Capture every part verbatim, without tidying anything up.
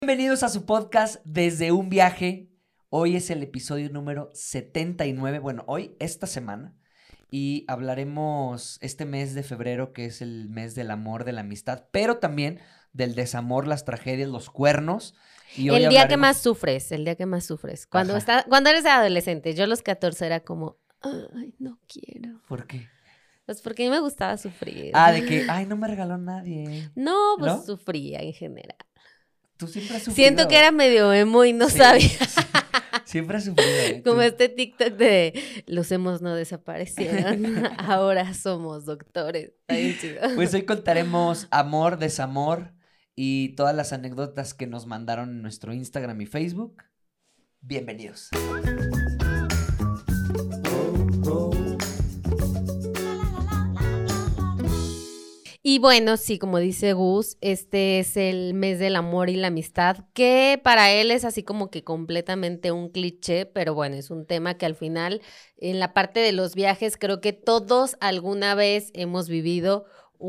Bienvenidos a su podcast Desde un Viaje. Hoy es el episodio número setenta y nueve. Bueno, hoy, esta semana. Y hablaremos este mes de febrero, que es el mes del amor, de la amistad, pero también del desamor, las tragedias, los cuernos. Y hoy el día hablaremos... que más sufres, el día que más sufres. Cuando, está, cuando eres adolescente, yo a los catorce era como, ay, no quiero. ¿Por qué? Pues porque a mí me gustaba sufrir. Ah, de que, ay, no me regaló nadie. No, pues ¿No? sufría en general. Tú siempre has sufrido. Siento que era medio emo y no Sí, sabía. sí. Siempre has sufrido. ¿eh? Como Tú- este TikTok de los emos no desaparecieron, ahora somos doctores. Está bien chido. Pues hoy contaremos amor, desamor y todas las anécdotas que nos mandaron en nuestro Instagram y Facebook. Bienvenidos. Y bueno, sí, como dice Gus, este es el mes del amor y la amistad, que para él es así como que completamente un cliché, pero bueno, es un tema que al final, en la parte de los viajes, creo que todos alguna vez hemos vivido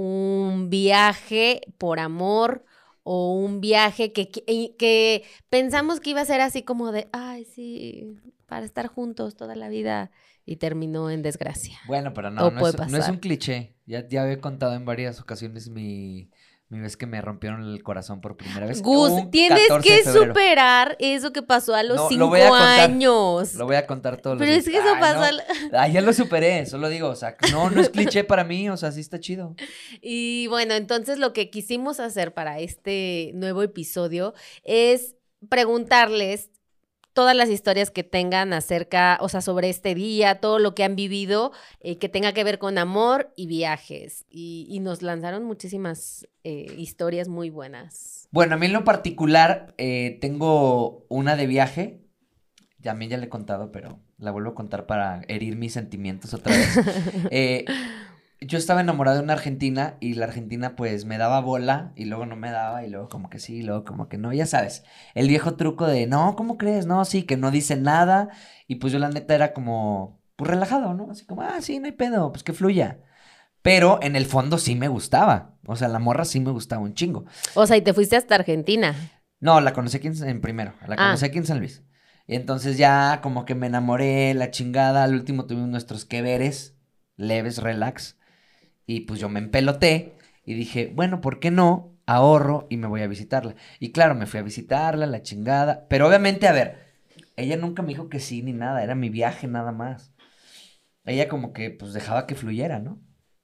un viaje por amor o un viaje que, que, que pensamos que iba a ser así como de, ay, sí, para estar juntos toda la vida. Y terminó en desgracia. Bueno, pero no, Todo no puede es, no es pasar. un cliché. Ya, ya había contado en varias ocasiones mi, mi vez que me rompieron el corazón por primera vez. Gus, Un tienes catorce de que febrero. superar eso que pasó a los No, lo cinco voy a contar. años. Lo voy a contar todos los Pero es días. que eso Ay, pasó. no. al- Ah, ya lo superé, solo digo, o sea, no, no es cliché para mí, o sea, sí está chido. Y bueno, entonces lo que quisimos hacer para este nuevo episodio es preguntarles todas las historias que tengan acerca, o sea, sobre este día, todo lo que han vivido, eh, que tenga que ver con amor y viajes. Y, y nos lanzaron muchísimas eh, historias muy buenas. Bueno, a mí en lo particular eh, tengo una de viaje. También ya le he contado, pero la vuelvo a contar para herir mis sentimientos otra vez. Eh, yo estaba enamorado de una argentina y la argentina pues me daba bola y luego no me daba y luego como que sí, y luego como que no, ya sabes. El viejo truco de, no, ¿cómo crees? No, sí, que no dice nada. Y pues yo la neta era como, pues relajado, ¿no? Así como, ah, sí, no hay pedo, pues que fluya. Pero en el fondo sí me gustaba. O sea, la morra sí me gustaba un chingo. O sea, y te fuiste hasta Argentina. No, la conocí aquí en, en primero, la Ah. conocí aquí en San Luis. Y entonces ya como que me enamoré, la chingada, al último tuvimos nuestros que veres, leves, relax. Y pues yo me empeloté y dije, bueno, ¿por qué no? Ahorro y me voy a visitarla. Y claro, me fui a visitarla, la chingada. Pero obviamente, a ver, ella nunca me dijo que sí ni nada, era mi viaje nada más. Ella como que pues dejaba que fluyera, ¿no?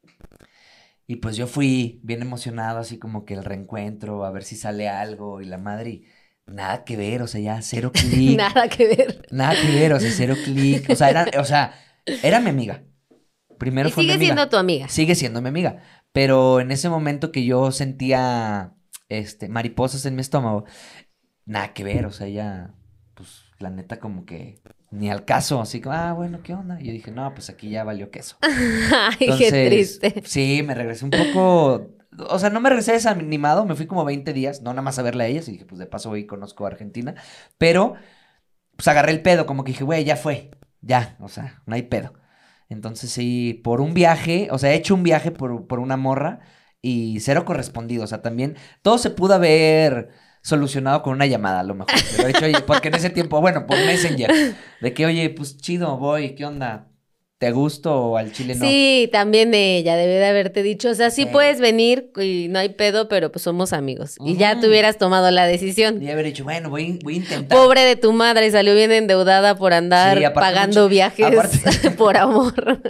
Y pues yo fui bien emocionado, así como que el reencuentro, a ver si sale algo y la madre, y nada que ver, o sea, ya cero clic. Nada que ver. Nada que ver, o sea, cero clic. O sea, era, o sea, era mi amiga. Primero Y fue mi sigue amiga. siendo tu amiga. Sigue siendo mi amiga. Pero en ese momento que yo sentía este, mariposas en mi estómago, nada que ver, o sea, ella, pues, la neta, como que ni al caso, así como, ah, bueno, ¿qué onda? Y yo dije, no, pues aquí ya valió queso. Ay, Entonces, qué triste. sí, me regresé un poco. O sea, no me regresé desanimado, me fui como veinte días, no nada más a verla a ellas, y dije, pues de paso voy y conozco a Argentina. Pero, pues agarré el pedo, como que dije, güey, ya fue, ya, o sea, no hay pedo. Entonces sí, por un viaje, o sea, he hecho un viaje por, por una morra y cero correspondido. O sea, también todo se pudo haber solucionado con una llamada, a lo mejor. Pero he hecho, oye, porque en ese tiempo, bueno, por Messenger, de que, oye, pues chido, voy, ¿qué onda? ¿Te gusto o al chile no? Sí, también ella debe de haberte dicho, o sea, sí Sí. puedes venir y no hay pedo, pero pues somos amigos. Y ya Ujú. te hubieras tomado la decisión. Y haber dicho, bueno, voy, voy a intentar. Pobre de tu madre, salió bien endeudada por andar Sí, aparte pagando mucho- viajes aparte- por amor.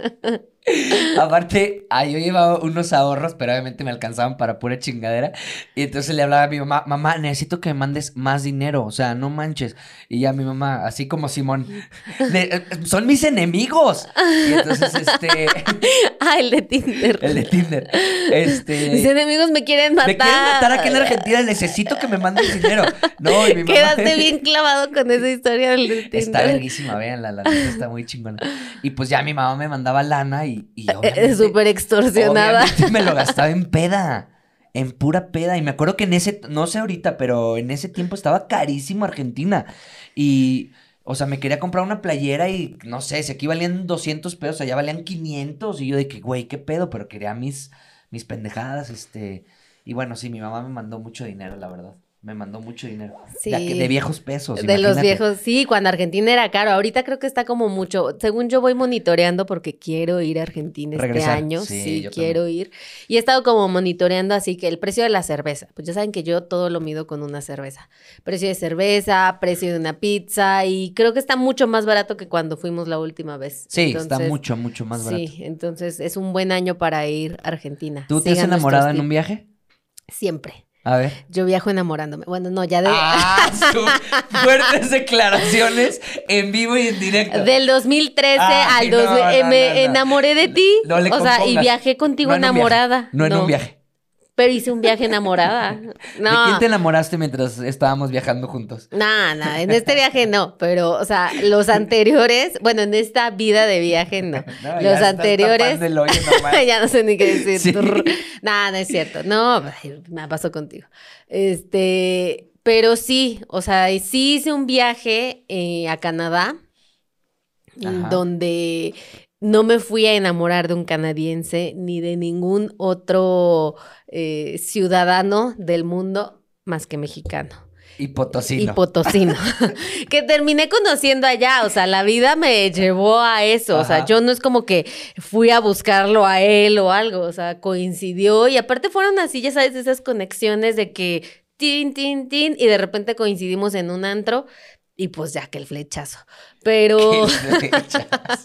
Aparte, ah, yo llevaba unos ahorros, pero obviamente me alcanzaban para pura chingadera. Y entonces le hablaba a mi mamá, mamá, necesito que me mandes más dinero, o sea, no manches. Y ya mi mamá, así como Simón, de, eh, son mis enemigos. Y entonces, este, Ah, el de Tinder. el de Tinder, este, Mis enemigos me quieren matar. me quieren matar aquí en Argentina, necesito que me mandes dinero. No, y mi mamá. Quedaste bien clavado con esa historia del de Tinder. Está verguísima, véanla, la neta está muy chingona. Y pues ya mi mamá me mandaba lana y, y Es obviamente, súper extorsionada. obviamente me lo gastaba en peda, en pura peda. Y me acuerdo que en ese, no sé ahorita, pero en ese tiempo estaba carísimo Argentina. Y, o sea, me quería comprar una playera y, no sé, si aquí valían doscientos pesos, allá valían quinientos. Y yo de que, güey, qué pedo, pero quería mis, mis pendejadas, este... Y bueno, sí, mi mamá me mandó mucho dinero, la verdad. Me mandó mucho dinero. Sí. De, de viejos pesos, De imagínate. los viejos, sí, cuando Argentina era caro. Ahorita creo que está como mucho. Según yo voy monitoreando porque quiero ir a Argentina Regresar. este año. Sí, Sí, yo quiero también. ir. Y he estado como monitoreando así que el precio de la cerveza. Pues ya saben que yo todo lo mido con una cerveza. Precio de cerveza, precio de una pizza. Y creo que está mucho más barato que cuando fuimos la última vez. Sí, Entonces, está mucho, mucho más barato. Sí, entonces es un buen año para ir a Argentina. ¿Tú te has Sigan enamorado en nuestros un tips. viaje? Siempre. A ver. Yo viajo enamorándome. Bueno, no, ya de... ¡Ah! Su fuertes declaraciones en vivo y en directo. Del dos mil trece Ay, al dos mil, no, eh, no, me no, no. enamoré de ti. No le o sea, y compongas. viajé contigo No en un viaje. enamorada. No en un viaje. Pero hice un viaje enamorada. ¿De No. quién te enamoraste mientras estábamos viajando juntos? No, no, en este viaje no, pero, o sea, los anteriores, bueno, en esta vida de viaje no. No, ya los estás anteriores, tapando el hoyo nomás. ya no sé ni qué decir. Sí. Nada, no es cierto. No, ay, me pasó contigo. Este, pero sí, o sea, sí hice un viaje eh, a Canadá, Ajá. donde no me fui a enamorar de un canadiense ni de ningún otro eh, ciudadano del mundo más que mexicano. Y potosino. Y potosino. Que terminé conociendo allá. O sea, la vida me llevó a eso. O sea, Ajá. yo no es como que fui a buscarlo a él o algo. O sea, coincidió. Y aparte fueron así, ya sabes, esas conexiones de que tin, tin, tin. Y de repente coincidimos en un antro. Y pues ya que el flechazo. Pero. Qué flechas.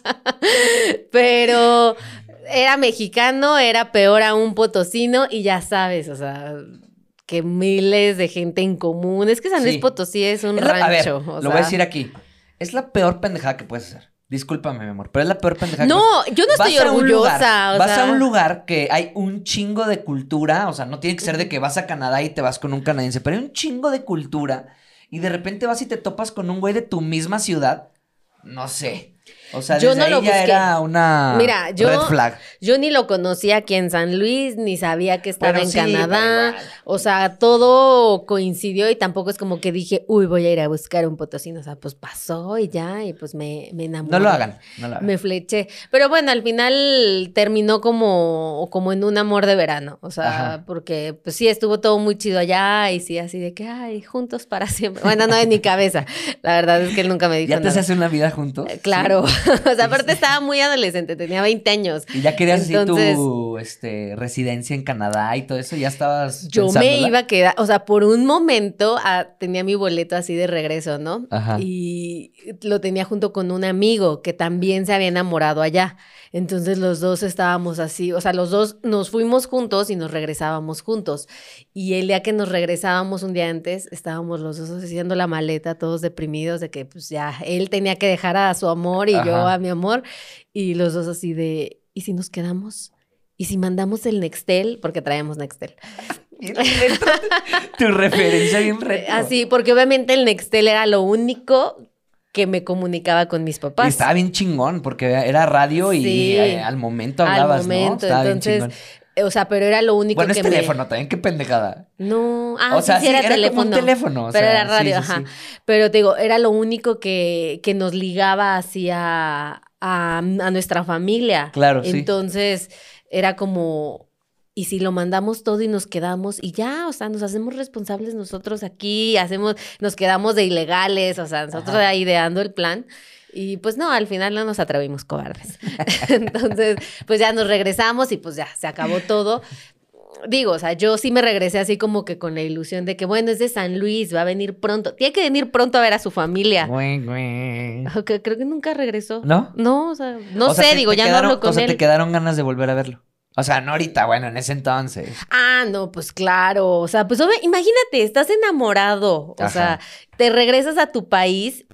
Pero era mexicano, era peor aún potosino. Y ya sabes, o sea, que miles de gente en común. Es que San Luis Sí. Potosí es un Es la- a ver, rancho. lo o sea. voy a decir aquí. Es la peor pendejada que puedes hacer. Discúlpame, mi amor, pero es la peor pendejada que No, puedes yo no Vas estoy a un orgullosa. lugar- o vas sea, a un lugar que hay un chingo de cultura, o sea, no tiene que ser de que vas a Canadá y te vas con un canadiense, pero hay un chingo de cultura y de repente vas y te topas con un güey de tu misma ciudad, no sé. O sea, Yo desde no ahí lo ya busqué. era una Mira, yo- red flag. Yo ni lo conocía aquí en San Luis, ni sabía que estaba Bueno, en sí, pero Canadá. igual. O sea, todo coincidió y tampoco es como que dije, uy, voy a ir a buscar un potosino. O sea, pues pasó y ya, y pues me, me enamoré. No lo hagan, no lo hagan. Me fleché. Pero bueno, al final terminó como, como en un amor de verano. O sea, Ajá. porque pues sí, estuvo todo muy chido allá y sí, así de que, ay, juntos para siempre. Bueno, no en mi cabeza. La verdad es que él nunca me dijo ¿Ya te nada. se hace una vida juntos? Eh, Claro. Sí. O sea, aparte estaba muy adolescente, tenía veinte años. ¿Y ya querías Entonces, así tu este, residencia en Canadá y todo eso? ¿Ya estabas yo me pensándola? iba a quedar, o sea, por un momento ah, tenía mi boleto así de regreso, ¿no? Ajá. Y lo tenía junto con un amigo que también se había enamorado allá. Entonces los dos estábamos así, o sea, los dos nos fuimos juntos y nos regresábamos juntos. Y el día que nos regresábamos un día antes, estábamos los dos haciendo la maleta, todos deprimidos de que pues ya él tenía que dejar a su amor y yo Ajá. a mi amor. Y los dos así de, ¿y si nos quedamos? ¿Y si mandamos el Nextel? Porque traíamos Nextel. Bien retro. Tu referencia bien retro. Así, porque obviamente el Nextel era lo único que me comunicaba con mis Y papás. estaba bien chingón, porque era radio y Sí. eh, al momento Al hablabas, ¿no? momento, Estaba entonces, bien chingón. eh, o sea, pero era lo único Bueno, que es me... teléfono también, qué pendejada. No, ah, O sea, sí, sí, sí, era, era como teléfono. un teléfono, o pero sea, era radio, sí, sí, ajá. sí. Pero te digo, era lo único que, que nos ligaba así a, a, a nuestra familia. Claro, sí. Entonces, era como, ¿y si lo mandamos todo y nos quedamos? Y ya, o sea, nos hacemos responsables nosotros aquí, hacemos, nos quedamos de ilegales, o sea, nosotros Ajá. ideando el plan. Y pues no, al final no nos atrevimos cobardes. Entonces, pues ya nos regresamos y pues ya se acabó todo. Digo, o sea, yo sí me regresé así como que con la ilusión de que, bueno, es de San Luis, va a venir pronto. Tiene que venir pronto a ver a su familia. Güey, güey. Aunque creo que nunca regresó. ¿No? No, o sea, no O sea, sé, te- digo, te ya quedaron- no hablo con O sea, él. te quedaron ganas de volver a verlo. O sea, no ahorita, bueno, en ese entonces. Ah, no, pues claro. O sea, pues obvio- imagínate, estás enamorado. O Ajá. sea, te regresas a tu país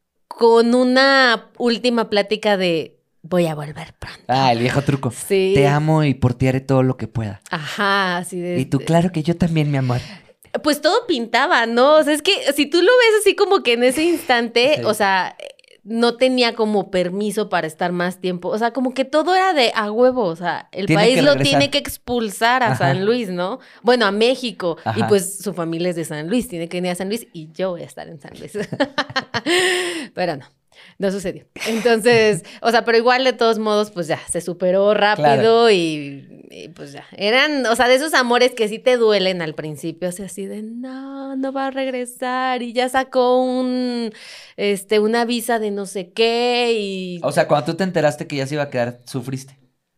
con una última plática de voy a volver pronto. Ah, el viejo truco. Sí. Te amo y por ti haré todo lo que pueda. Ajá, así de. Y tú, claro que yo también, mi amor. Pues todo pintaba, ¿no? O sea, es que si tú lo ves así como que en ese instante, Sí. o sea, no tenía como permiso para estar más tiempo. O sea, como que todo era de a huevo. O sea, el Tiene país que lo regresar. tiene que expulsar a Ajá. San Luis, ¿no? Bueno, a México. Y Ajá. pues su familia es de San Luis, tiene que venir a San Luis y yo voy a estar en San Luis. Pero no. No sucedió. Entonces, o sea, pero igual de todos modos, pues ya, se superó rápido Claro. y, y pues ya. Eran, o sea, de esos amores que sí te duelen al principio, o sea, así de, no, no va a regresar y ya sacó un, este, una visa de no sé qué y... O sea, cuando tú te enteraste que ya se iba a quedar, sufriste.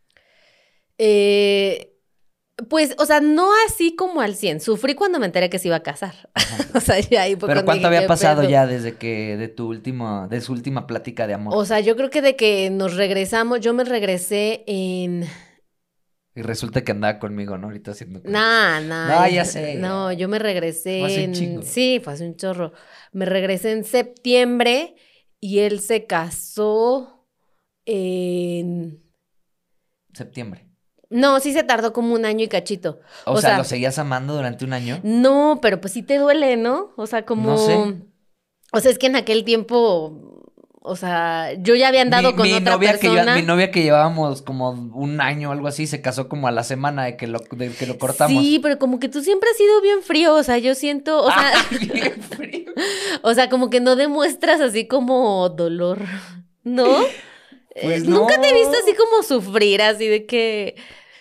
Eh, pues, o sea, no así como al cien. Sufrí cuando me enteré que se iba a casar. O sea, ya ahí fue Pero cuando ¿cuánto dije, había ¿qué pasado pedo? ya desde que, de tu última, de su última plática de amor? O sea, yo creo que de que nos regresamos, yo me regresé en... Y resulta que andaba conmigo, ¿no? Ahorita haciendo cuentas. Nah, nah. No, eh, ya sé. No, yo me regresé Fue hace un en... chingo. Sí, fue hace un chorro. Me regresé en septiembre y él se casó en... Septiembre. No, sí se tardó como un año y cachito. O, O sea, sea, ¿lo seguías amando durante un año? no, pero pues sí te duele, ¿no? O sea, como... No sé. O sea, es que en aquel tiempo, o sea, yo ya había andado Mi, con mi otra novia que yo- persona. mi novia que llevábamos como un año o algo así, se casó como a la semana de que lo, de que lo cortamos. Sí, pero como que tú siempre has sido bien frío, o sea, yo siento, o sea, Ay, bien frío. o sea, como que no demuestras así como dolor, ¿no? Pues Eh, Nunca te he visto no. así como sufrir, así de que,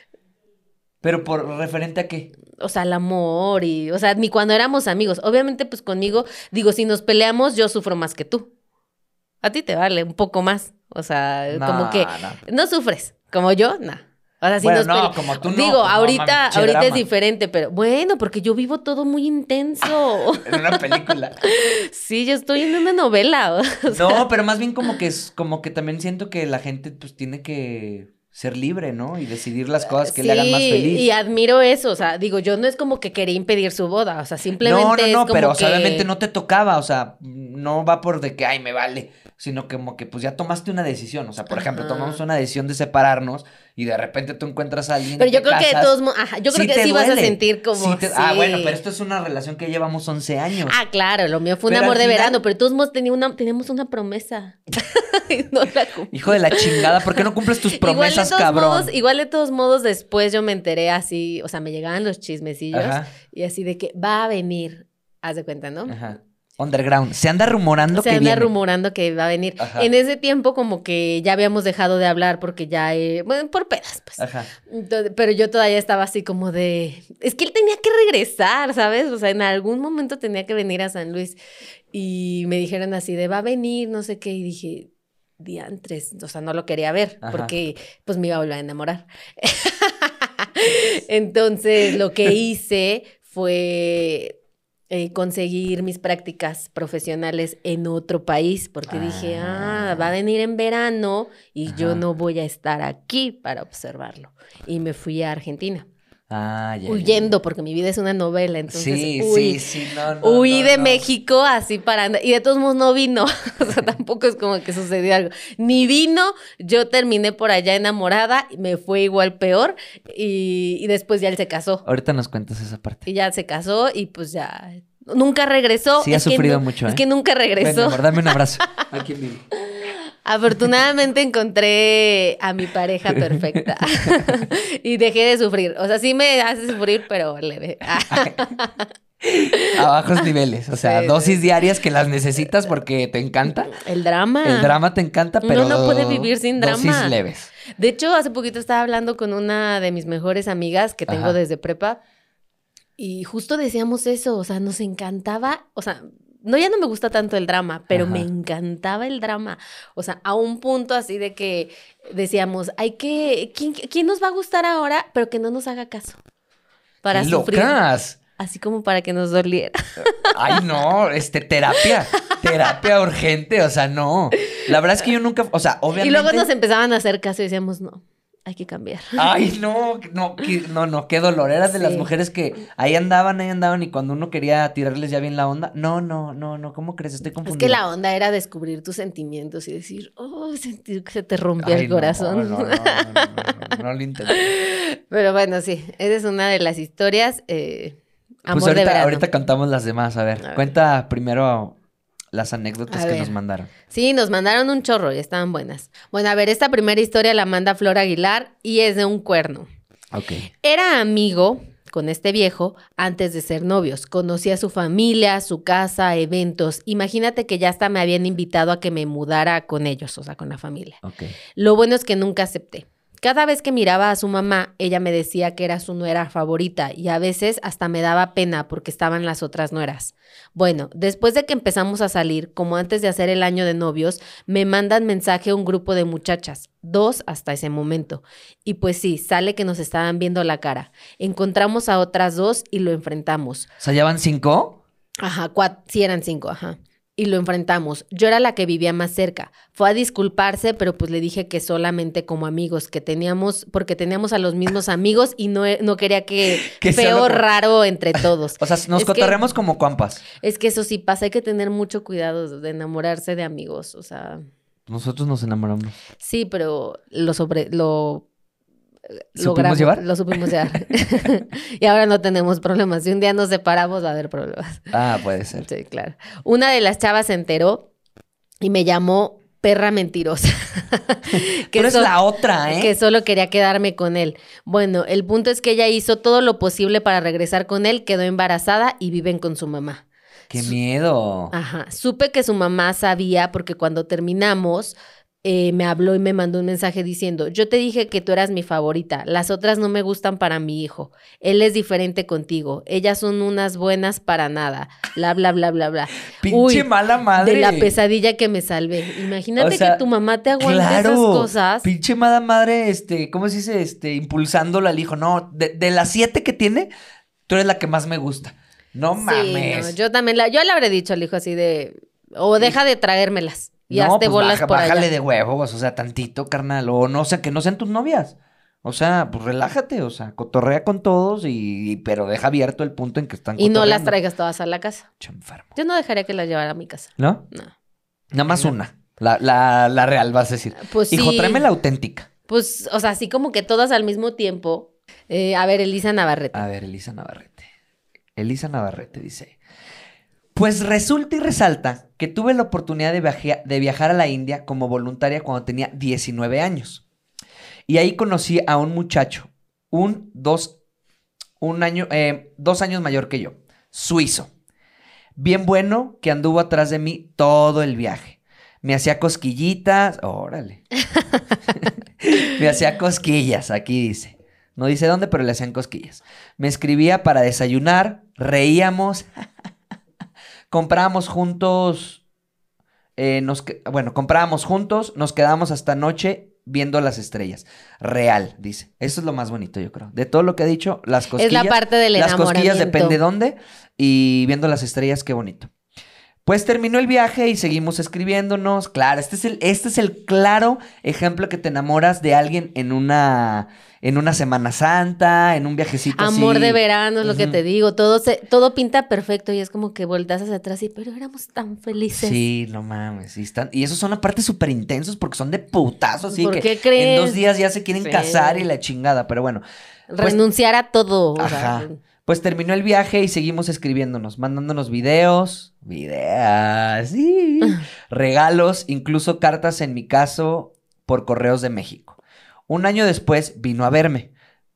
Pero por referente a qué. o sea, el amor y, o sea, ni cuando éramos amigos. Obviamente, pues conmigo, digo, si nos peleamos, yo sufro más que tú. A ti te vale un poco más, o sea, No, como que no. no sufres, como yo, no. O sea, si Bueno, nos no, pele- como tú no, Digo, pues, no ahorita, mames, che ahorita es drama. diferente, pero bueno, porque yo vivo todo muy intenso. En una película. Sí, yo estoy en una novela. O sea, No, pero más bien como que es, como que también siento que la gente pues tiene que ser libre, ¿no? Y decidir las cosas que le hagan más sí, feliz. y admiro eso, o sea, digo, yo no es como que quería impedir su boda, o sea, simplemente No, no, es no, como pero o que... sea, obviamente no te tocaba, o sea, no va por de que, ay, me vale, sino como que pues ya tomaste una decisión, o sea, por ejemplo, Ajá. tomamos una decisión de separarnos y de repente tú encuentras a alguien Pero y yo te creo que de casas, todos modos, ajá, yo creo sí que te sí vas a duele, sentir como... sí te- Ah, sí. bueno, pero esto es una relación que llevamos once años. Ah, claro, lo mío fue un Pero amor al de final- verano, pero de todos modos tenía una, teníamos una promesa. Y no la cumplí. Hijo de la chingada, ¿por qué no cumples tus promesas, igual de todos cabrón? modos, igual de todos modos, después yo me enteré así, o sea, me llegaban los chismecillos Ajá, y así de que va a venir, haz de cuenta, ¿no? ajá. Underground. Se anda rumorando Se que anda viene. rumorando que va a venir. Ajá. En ese tiempo como que ya habíamos dejado de hablar porque ya, eh, bueno, por pedas, pues. Ajá. Entonces, pero yo todavía estaba así como de, es que él tenía que regresar, ¿sabes? O sea, en algún momento tenía que venir a San Luis y me dijeron así de, va a venir, no sé qué, y dije, diantres, o sea, no lo quería ver Ajá. porque pues me iba a volver a enamorar. Entonces, lo que hice fue eh, conseguir mis prácticas profesionales en otro país, porque dije, Ah. ah, va a venir en verano y yo Ajá. no voy a estar aquí para observarlo. Y me fui a Argentina, Ah, ya, ya, huyendo, porque mi vida es una novela, ya. entonces Sí, huí. sí, sí, no, no. Huí no, de no. México así para andar. Y de todos modos no vino. O sea, tampoco es como que sucedió algo. Ni vino, yo terminé por allá enamorada, me fue igual peor. Y, y después ya él se casó. Ahorita nos cuentas esa parte. Y ya se casó y pues ya. Nunca regresó. Sí, ha Es que sufrido nu- mucho, Es ¿eh? que nunca Ven, mi regresó. amor, dame un abrazo. Aquí vivo. Afortunadamente encontré a mi pareja perfecta. Y dejé de sufrir. O sea, sí me hace sufrir, pero leve. A bajos niveles, o sea, Sí, dosis diarias que las necesitas porque te encanta. El drama. El drama te encanta, Uno pero no puede vivir sin dosis drama. leves. De hecho, hace poquito estaba hablando con una de mis mejores amigas que tengo Ajá. desde prepa y justo decíamos eso, o sea, nos encantaba, o sea, no, ya no me gusta tanto el drama, pero Ajá. me encantaba el drama, o sea, a un punto así de que decíamos, hay que, ¿quién, quién nos va a gustar ahora, pero que no nos haga caso? Para ¡Qué sufrir, locas! así como para que nos doliera. Ay, no, este, terapia, terapia urgente, o sea, no. La verdad es que yo nunca, o sea, obviamente. Y luego nos empezaban a hacer caso y decíamos, no, hay que cambiar. Ay, no, no, qué, no, no, qué dolor. Eras de las Sí. mujeres que ahí andaban, ahí andaban y cuando uno quería tirarles ya bien la onda, no, no, no, no, ¿cómo crees? Estoy Es confundida. que la onda era descubrir tus sentimientos y decir, oh, sentir que se te rompió Ay, el corazón. No, no, no, no, no, no, no lo intenté. Pero bueno, sí, esa es una de las historias. eh, amor Pues de ahorita, verano. ahorita cantamos las demás, a ver, A ver. cuenta primero las anécdotas A que ver. nos mandaron. Sí, nos mandaron un chorro y estaban buenas. Bueno, a ver, esta primera historia la manda Flor Aguilar y es de un cuerno. Ok. Era amigo con este viejo antes de ser novios. Conocí a su familia, su casa, eventos. Imagínate que ya hasta me habían invitado a que me mudara con ellos, o sea, con la familia. Okay. Lo bueno es que nunca acepté. Cada vez que miraba a su mamá, ella me decía que era su nuera favorita y a veces hasta me daba pena porque estaban las otras nueras. Bueno, después de que empezamos a salir, como antes de hacer el año de novios, me mandan mensaje un grupo de muchachas, dos hasta ese momento. Y pues sí, sale que nos estaban viendo la cara. Encontramos a otras dos y lo enfrentamos. O sea, ¿ya van cinco? Ajá, cuatro, sí eran cinco, ajá. Y lo enfrentamos. Yo era la que vivía más cerca. Fue a disculparse, pero pues le dije que solamente como amigos, que teníamos, porque teníamos a los mismos amigos y no, no quería que, Que feo, solo por- raro entre todos. O sea, nos Es cotorreamos que- como compas. Es que eso sí pasa, hay que tener mucho cuidado de enamorarse de amigos, o sea, Nosotros nos enamoramos. sí, pero lo sobre, lo ¿Supimos logramos, llevar? Lo supimos llevar. Y ahora no tenemos problemas. Si un día nos separamos, va a haber problemas. Ah, puede ser. Sí, claro. Una de las chavas se enteró y me llamó perra mentirosa. Tú eres so- la otra, ¿eh? Que solo quería quedarme con él. Bueno, el punto es que ella hizo todo lo posible para regresar con él, quedó embarazada y viven con su mamá. ¡Qué miedo! Ajá. Supe que su mamá sabía porque cuando terminamos eh, me habló y me mandó un mensaje diciendo, yo te dije que tú eras mi favorita, las otras no me gustan para mi hijo, él es diferente contigo, ellas son unas buenas para nada, bla, bla, bla, bla, bla. ¡Pinche Uy, mala madre! de la pesadilla que me salvé. Imagínate O sea, que tu mamá te aguante Claro, esas cosas. pinche mala madre, este, ¿cómo se dice? Este, impulsándola al hijo. No, de, de las siete que tiene, tú eres la que más me gusta. No Sí, mames. no, yo también, la, yo le habré dicho al hijo así de, o deja de traérmelas y No, hazte pues bolas baja- por bájale allá. de huevos, o sea, tantito, carnal. O no, o sea, que no sean tus novias. O sea, pues relájate, o sea, cotorrea con todos y, y- pero deja abierto el punto en que están Y no las cotorreando. traigas todas a la casa. Pinche enfermo. Yo no dejaría que las llevara a mi casa. ¿No? No. Nada más No. una. La, la, la real, vas a decir. Pues Hijo, sí. tráeme la auténtica. Pues, o sea, así como que todas al mismo tiempo. Eh, a ver, Elisa Navarrete. A ver, Elisa Navarrete. Elisa Navarrete dice: Pues resulta y resalta que tuve la oportunidad de, viaje- de viajar a la India como voluntaria cuando tenía diecinueve años. Y ahí conocí a un muchacho, un dos, un año, eh, dos años mayor que yo, suizo. Bien bueno que anduvo atrás de mí todo el viaje. Me hacía cosquillitas, órale. Me hacía cosquillas, aquí dice. No dice dónde, pero le hacían cosquillas. Me escribía para desayunar, reíamos, comprábamos juntos, eh, nos, que- bueno, comprábamos juntos, nos quedábamos hasta noche viendo las estrellas. Real, dice. Eso es lo más bonito, yo creo. De todo lo que ha dicho, las Es cosquillas. la parte del Las cosquillas enamoramiento. depende dónde y viendo las estrellas, qué bonito. Pues terminó el viaje y seguimos escribiéndonos. Claro, este es el, este es el claro ejemplo que te enamoras de alguien en una, en una Semana Santa, en un viajecito Amor así. de verano, es lo que Ujú. te digo. Todo, se, todo pinta perfecto y es como que volteas hacia atrás y, pero éramos tan felices. Sí, no mames. Y, están, y esos son aparte súper intensos porque son de putazos. Así ¿Por que qué crees? en dos días ya se quieren Sí. casar y la chingada. Pero bueno. Pues- Renunciar a todo. O sea, Ajá. Pues terminó el viaje y seguimos escribiéndonos, mandándonos videos, videos, sí, regalos, incluso cartas en mi caso por correos de México. Un año después vino a verme,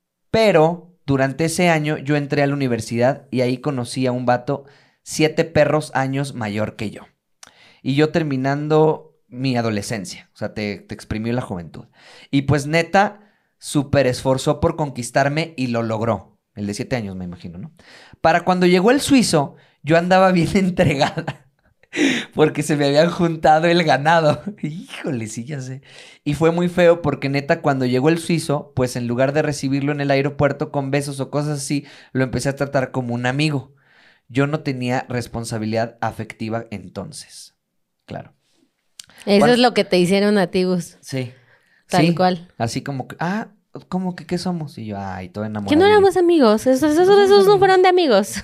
pero durante ese año yo entré a la universidad y ahí conocí a un vato siete perros años mayor que yo. Y yo terminando mi adolescencia, o sea, te, te exprimió la juventud. Y pues neta, súper esforzó por conquistarme y lo logró. El de siete años, me imagino, ¿no? Para cuando llegó el suizo, yo andaba bien entregada. Porque se me habían juntado el ganado. Híjole, sí, ya sé. Y fue muy feo porque neta, cuando llegó el suizo, pues en lugar de recibirlo en el aeropuerto con besos o cosas así, lo empecé a tratar como un amigo. Yo no tenía responsabilidad afectiva entonces. Claro. eso Bueno. es lo que te hicieron a ti, Gus. Sí. Tal Sí. cual. Así como que, ah, ¿cómo que qué somos? Y yo, ay, todo enamorado. Que no éramos amigos. Esos, esos, esos no fueron de amigos.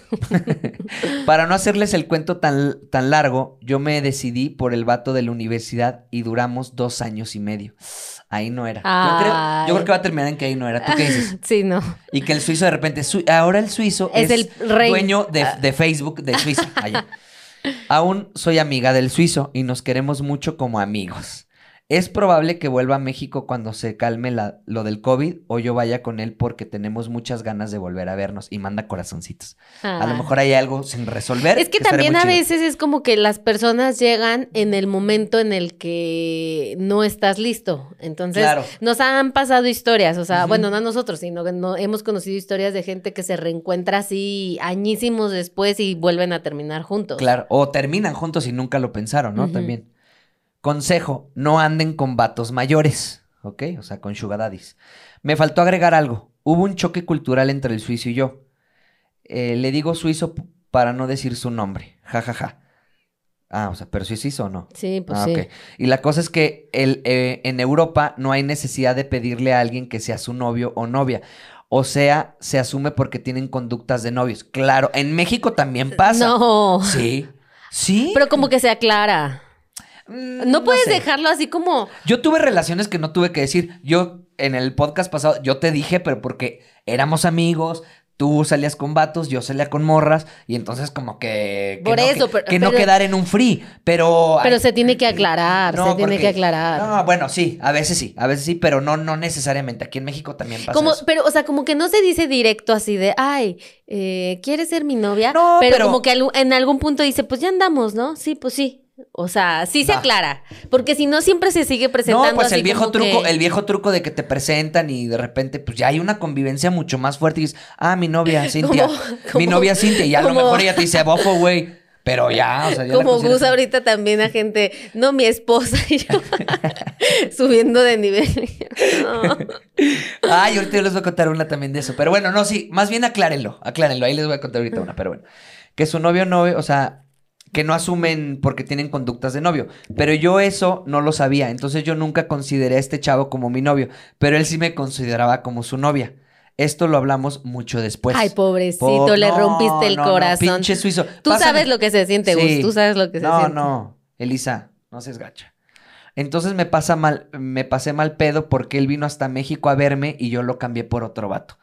Para no hacerles el cuento tan, tan largo, yo me decidí por el vato de la universidad y duramos dos años y medio. Ahí no era. Yo creo, Ay. yo creo que va a terminar en que ahí no era. ¿Tú qué dices? Sí, no. Y que el suizo de repente, su- ahora el suizo es, Es el rey. dueño de, de Facebook de Suiza. Allá. Aún soy amiga del suizo y nos queremos mucho como amigos. Es probable que vuelva a México cuando se calme la, lo del COVID o yo vaya con él porque tenemos muchas ganas de volver a vernos. Y manda corazoncitos. Ah. A lo mejor hay algo sin resolver. Es que, que también a veces es como que las personas llegan en el momento en el que no estás listo. Entonces, claro. Nos han pasado historias, o sea, uh-huh. bueno, no a nosotros, sino que no, hemos conocido historias de gente que se reencuentra así añísimos después y vuelven a terminar juntos. Claro, o terminan juntos y nunca lo pensaron, ¿no? Uh-huh. También. Consejo, no anden con vatos mayores, ¿ok? O sea, con sugar daddies. Me faltó agregar algo. Hubo un choque cultural entre el suizo y yo. Eh, le digo suizo p- para no decir su nombre. Ja, ja, ja. Ah, o sea, pero sí es suizo o no. Sí, pues ah, sí. Okay. Y la cosa es que el, eh, en Europa no hay necesidad de pedirle a alguien que sea su novio o novia. O sea, se asume porque tienen conductas de novios. Claro, en México también pasa. No. Sí. Sí. Pero como que se aclara. No, no puedes sé. dejarlo así como... Yo tuve relaciones que no tuve que decir. Yo, en el podcast pasado, yo te dije, pero porque éramos amigos, tú salías con vatos, yo salía con morras, y entonces como que... que Por no, eso, que, pero... que no pero, quedar en un free, pero... Pero ay, se tiene que aclarar, no, se tiene porque, que aclarar. No, bueno, sí, a veces sí, a veces sí, pero no, no necesariamente. Aquí en México también pasa como, eso. Pero, o sea, como que no se dice directo así de, ay, eh, ¿quieres ser mi novia? No, pero, pero... como que en algún punto dice, pues ya andamos, ¿no? Sí, pues sí. O sea, sí se no. aclara, porque si no siempre se sigue presentando. No, pues así el viejo como truco, que... el viejo truco de que te presentan y de repente pues ya hay una convivencia mucho más fuerte y dices, ah, mi novia Cintia, ¿Cómo, mi cómo, novia Cintia, y a cómo... lo mejor ella te dice bofo, güey, pero ya, o sea, ya como Gus ahorita también a gente, no, mi esposa y yo subiendo de nivel. No. Ay, ahorita yo les voy a contar una también de eso, pero bueno, no, sí, más bien aclárenlo, aclárenlo, ahí les voy a contar ahorita una, pero bueno, que su novio novio, o sea, que no asumen porque tienen conductas de novio. Pero yo eso no lo sabía. Entonces yo nunca consideré a este chavo como mi novio. Pero él sí me consideraba como su novia. Esto lo hablamos mucho después. Ay, pobrecito, Por... le no, rompiste el no, corazón. No, pinche suizo. Tú Pásame. sabes lo que se siente, sí. Gus. Tú sabes lo que se no, siente. No, no. Elisa, no seas gacha. Entonces me pasa mal, me pasé mal pedo porque él vino hasta México a verme y yo lo cambié por otro vato.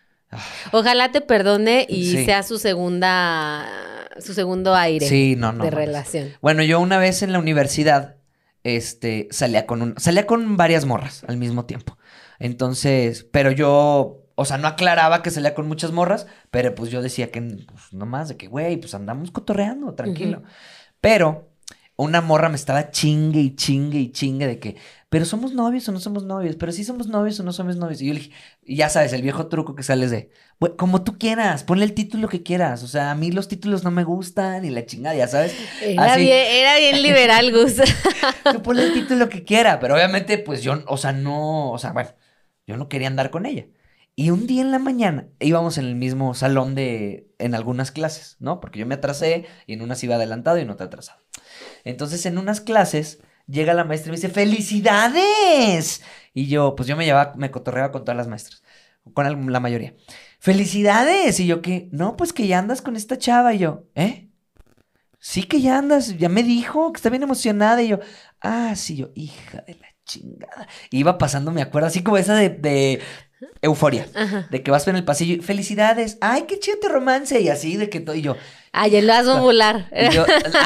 Ojalá te perdone y sí. sea su segunda, su segundo aire sí, no, no, de no. relación. Bueno, yo una vez en la universidad, este, salía con un, salía con varias morras al mismo tiempo. Entonces, pero yo, o sea, no aclaraba que salía con muchas morras, pero pues yo decía que, pues, nomás de que, güey, pues andamos cotorreando, tranquilo. Uh-huh. Pero una morra me estaba chingue y chingue y chingue de que, pero somos novios o no somos novios, pero sí somos novios o no somos novios. Y yo le dije, y ya sabes, el viejo truco que sales de, bueno, como tú quieras, ponle el título que quieras. O sea, a mí los títulos no me gustan y la chingada, ya sabes. Era, Así, bien, era bien liberal, Gus. Tú ponle el título que quiera, pero obviamente, pues yo, o sea, no, o sea, bueno, yo no quería andar con ella. Y un día en la mañana íbamos en el mismo salón de, en algunas clases, ¿no? Porque yo me atrasé y en unas iba adelantado y en otra atrasado. Entonces, en unas clases, llega la maestra y me dice, ¡felicidades! Y yo, pues yo me llevaba, me cotorreaba con todas las maestras, con la mayoría. ¡Felicidades! Y yo, ¿qué? No, pues que ya andas con esta chava. Y yo, ¿eh? Sí que ya andas, ya me dijo que está bien emocionada. Y yo, ah, sí, yo, hija de la chingada. Y iba pasando, me acuerdo, así como esa de, de euforia. Ajá. De que vas en el pasillo y, ¡felicidades! ¡Ay, qué chido tu romance! Y así, de que todo, y yo... Ay, el lazo volar. Yo,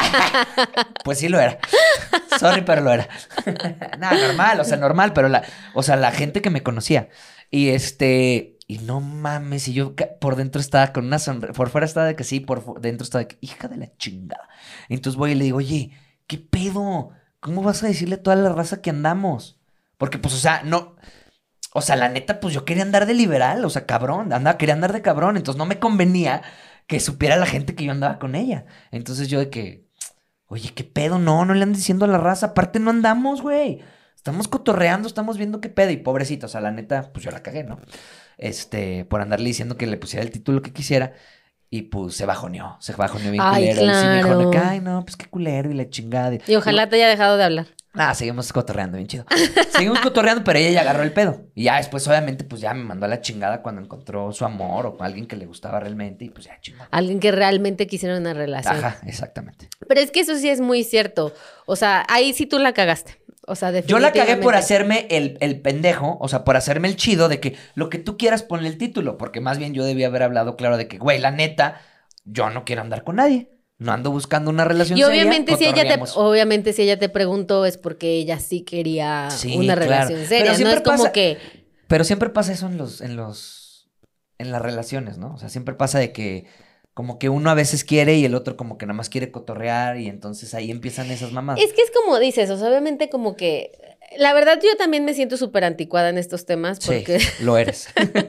pues sí lo era. Sorry, pero lo era. Nada, normal, o sea, normal, pero la, o sea, la gente que me conocía. Y este, y no mames, y yo por dentro estaba con una sonrisa, por fuera estaba de que sí, por dentro estaba de que, hija de la chingada. Entonces voy y le digo, oye, ¿qué pedo? ¿Cómo vas a decirle a toda la raza que andamos? Porque, pues, o sea, no... O sea, la neta, pues yo quería andar de liberal, o sea, cabrón, andaba, quería andar de cabrón, entonces no me convenía que supiera la gente que yo andaba con ella. Entonces yo de que, oye, ¿qué pedo? No, no le andes diciendo a la raza, aparte no andamos, güey. Estamos cotorreando, estamos viendo qué pedo. Y pobrecita, o sea, la neta, pues yo la cagué, ¿no? Este, por andarle diciendo que le pusiera el título que quisiera. Y pues se bajoneó, se bajoneó bien Ay, culero. claro. Y sí me dijo, de que, ay, no, pues qué culero y la chingada. Y ojalá y, te haya dejado de hablar. Ah, seguimos cotorreando, bien chido. Seguimos cotorreando, pero ella ya agarró el pedo. Y ya después, obviamente, pues ya me mandó a la chingada cuando encontró su amor o alguien que le gustaba realmente y pues ya chingada. Alguien que realmente quisiera una relación. Ajá, exactamente. Pero es que eso sí es muy cierto. O sea, ahí sí tú la cagaste. O sea, yo la cagué por hacerme el, el pendejo, o sea, por hacerme el chido de que lo que tú quieras ponle el título, porque más bien yo debía haber hablado claro de que, güey, la neta, yo no quiero andar con nadie. No ando buscando una relación Y seria, obviamente si ella te, cotorreamos. obviamente si ella te preguntó es porque ella sí quería Sí, una claro. relación Pero seria. No siempre es como pasa- que, Pero siempre pasa eso en los, en los, en las relaciones, ¿no? O sea, siempre pasa de que como que uno a veces quiere y el otro como que nada más quiere cotorrear y entonces ahí empiezan esas mamás. es que es como dices, o sea, obviamente como que, la verdad yo también me siento súper anticuada en estos temas Sí, porque, lo eres.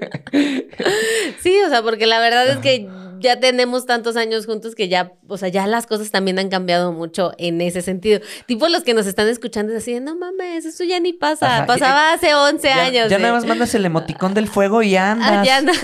sí, o sea, porque la verdad es Ajá. que ya tenemos tantos años juntos que ya, o sea, ya las cosas también han cambiado mucho en ese sentido. Tipo los que nos están escuchando es así de, no mames, eso ya ni pasa, Ajá, ya- pasaba hace once Ya, años. ya de- nada más mandas el emoticón del fuego y ya andas. Ah, ya no.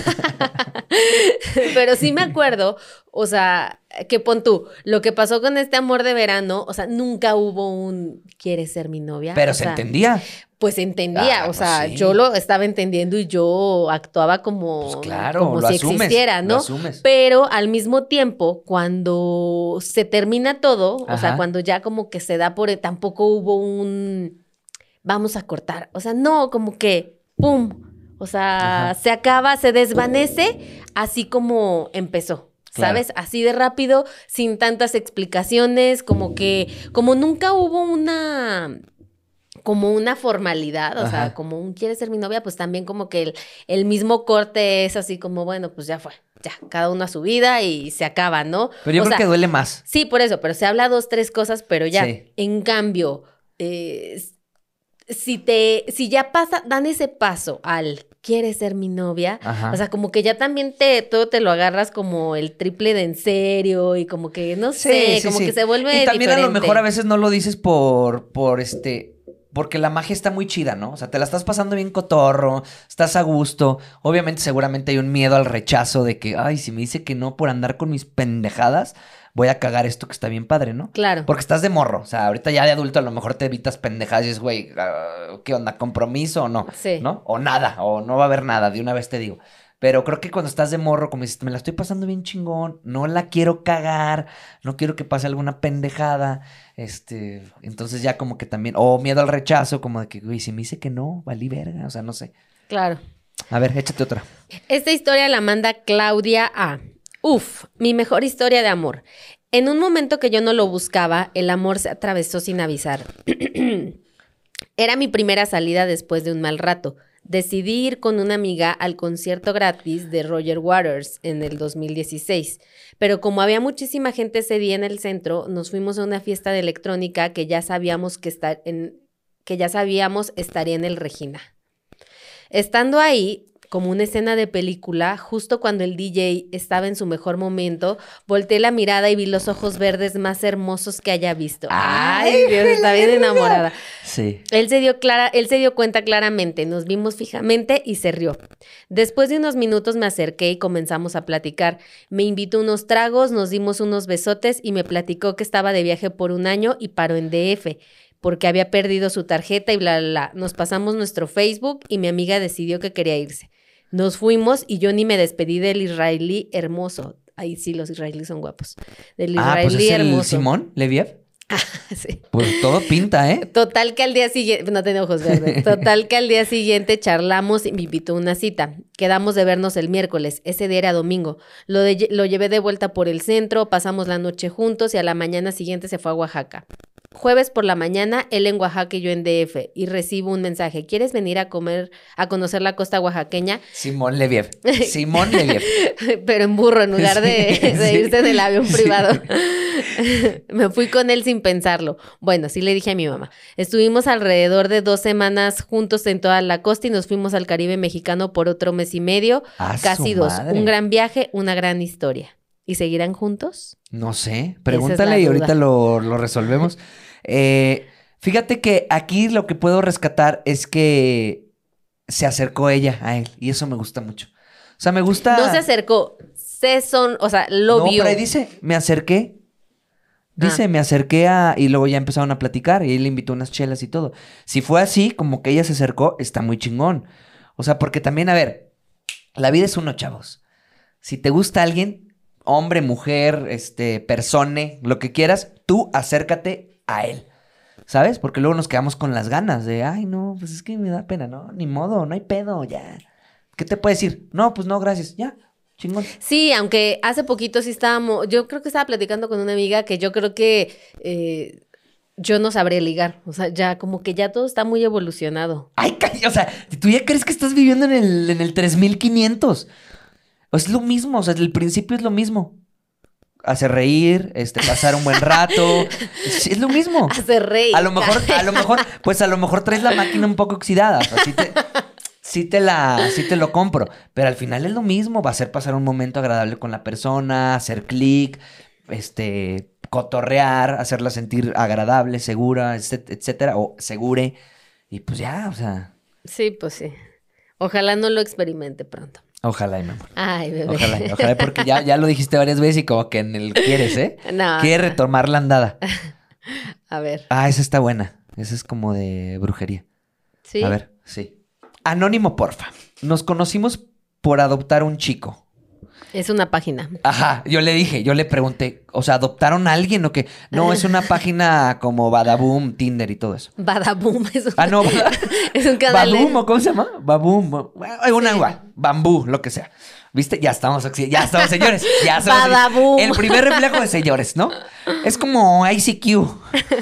Pero sí me acuerdo, o sea, que pon tú, lo que pasó con este amor de verano, o sea, nunca hubo un ¿quieres ser mi novia? Pero O se sea, entendía. pues entendía, Ah, o pues sea, sí. yo lo estaba entendiendo y yo actuaba como, Pues claro, como lo si asumes, existiera, lo ¿no? asumes. Pero al mismo tiempo, cuando se termina todo, o sea, Ajá. cuando ya como que se da por, tampoco hubo un vamos a cortar, o sea, no, como que, ¡pum! O sea, Ajá. se acaba, se desvanece, así como empezó. Claro. ¿Sabes? Así de rápido, sin tantas explicaciones, como que, como nunca hubo una, como una formalidad, o sea, Ajá. como un ¿quieres ser mi novia? Pues también como que el, el mismo corte es así como, bueno, pues ya fue, ya, cada uno a su vida y se acaba, ¿no? Pero yo O creo sea, que duele más. sí, por eso, pero se habla dos, tres cosas, pero ya. Sí. En cambio, eh, si te, si ya pasa, dan ese paso al ¿quieres ser mi novia? Ajá. O sea, como que ya también te, todo te lo agarras como el triple de en serio y como que, no Sí, sé, sí, como sí. que se vuelve Y también a lo diferente. mejor a veces no lo dices por, por este, porque la magia está muy chida, ¿no? O sea, te la estás pasando bien cotorro, estás a gusto. Obviamente, seguramente hay un miedo al rechazo de que, ay, si me dice que no por andar con mis pendejadas, voy a cagar esto que está bien padre, ¿no? Claro. Porque estás de morro. O sea, ahorita ya de adulto a lo mejor te evitas pendejadas y dices, güey, uh, ¿qué onda? ¿Compromiso o no? Sí. ¿No? O nada, o no va a haber nada, de una vez te digo. Pero creo que cuando estás de morro, como dices, me la estoy pasando bien chingón, no la quiero cagar, no quiero que pase alguna pendejada, este, entonces ya como que también, o miedo al rechazo, como de que, güey, si me dice que no, valí verga, o sea, no sé. Claro. A ver, échate otra. Esta historia la manda Claudia A. Uf, mi mejor historia de amor. En un momento que yo no lo buscaba, el amor se atravesó sin avisar. Era mi primera salida después de un mal rato. Decidí ir con una amiga al concierto gratis de Roger Waters en el dos mil dieciséis, pero como había muchísima gente ese día en el centro, nos fuimos a una fiesta de electrónica que ya sabíamos que, estar en, que ya sabíamos estaría en el Regina. Estando ahí, como una escena de película, justo cuando el D J estaba en su mejor momento, volteé la mirada y vi los ojos verdes más hermosos que haya visto. Ay, Ay, Dios, está bien enamorada. Sí. Él se dio clara, él se dio cuenta claramente, nos vimos fijamente y se rió. Después de unos minutos me acerqué y comenzamos a platicar. Me invitó unos tragos, nos dimos unos besotes y me platicó que estaba de viaje por un año y paró en D F. Porque había perdido su tarjeta y bla, bla, bla. Nos pasamos nuestro Facebook y mi amiga decidió que quería irse. Nos fuimos y yo ni me despedí del israelí hermoso. Ahí sí, los israelíes son guapos. Del Ah, israelí pues es el hermoso. Simón Leviev. Sí. Pues todo pinta, ¿eh? Total que al día siguiente, no tiene ojos verdes, total que al día siguiente charlamos y me invitó a una cita. Quedamos de vernos el miércoles, ese día era domingo. Lo, de, lo llevé de vuelta por el centro, pasamos la noche juntos y a la mañana siguiente se fue a Oaxaca. Jueves por la mañana, él en Oaxaca y yo en D F, y recibo un mensaje. ¿Quieres venir a comer, a conocer la costa oaxaqueña? Simón Leviev. Simón Leviev. Pero en burro, en lugar de, Sí, de sí. irse en el avión Sí. privado. Me fui con él sin pensarlo. Bueno, sí le dije a mi mamá. Estuvimos alrededor de dos semanas juntos en toda la costa y nos fuimos al Caribe mexicano por otro mes y medio. Ah, Casi su dos. madre. Un gran viaje, una gran historia. ¿Y seguirán juntos? No sé, Esa es pregúntale la y duda. ahorita lo, lo resolvemos. Eh, fíjate que aquí lo que puedo rescatar es que se acercó ella a él y eso me gusta mucho. O sea, me gusta... No se acercó, se son, o sea, lo No, vio. pero ahí dice, me acerqué. Dice, Ah. me acerqué a... Y luego ya empezaron a platicar y él le invitó unas chelas y todo. Si fue así, como que ella se acercó, está muy chingón. O sea, porque también, a ver, la vida es uno, chavos. Si te gusta alguien, hombre, mujer, este, persone, lo que quieras, tú acércate a él. ¿Sabes? Porque luego nos quedamos con las ganas de, ay, no, pues es que me da pena, ¿no? Ni modo, no hay pedo, ya. ¿Qué te puede decir? No, pues no, gracias. Ya, chingón. Sí, aunque hace poquito sí estábamos, yo creo que estaba platicando con una amiga que yo creo que eh, yo no sabré ligar. O sea, ya como que ya todo está muy evolucionado. Ay, o sea, ¿tú ya crees que estás viviendo en el, en el tres mil quinientos? O es lo mismo, o sea, el principio es lo mismo. Hacer reír, este, pasar un buen rato. Es, es lo mismo. Hacer reír. A lo mejor, a lo mejor, pues a lo mejor traes la máquina un poco oxidada. O sea, sí te, sí te la, sí te lo compro. Pero al final es lo mismo. Va a ser pasar un momento agradable con la persona, hacer clic, este, cotorrear, hacerla sentir agradable, segura, etcétera, o segure. Y pues ya, o sea. Sí, pues sí. Ojalá no lo experimente pronto. Ojalá, mi amor. Ay, bebé. Ojalá, ojalá, porque ya, ya lo dijiste varias veces y como que en el quieres, ¿eh? No. Quieres retomar la andada. A ver. Ah, esa está buena. Esa es como de brujería. ¿Sí? A ver, sí. Anónimo, porfa. Nos conocimos por adoptar un chico. Es una página. Ajá, yo le dije, yo le pregunté, o sea, ¿adoptaron a alguien o qué? No, es una página como Badaboom, Tinder y todo eso. Badaboom es un, Ah, no, es un canal. Baboom, ¿o cómo se llama? Baboom, una sí. Igual, bambú, lo que sea. ¿Viste? Ya estamos, ya estamos, señores. Ya estamos. Badaboom. El primer reflejo de señores, ¿no? Es como I C Q.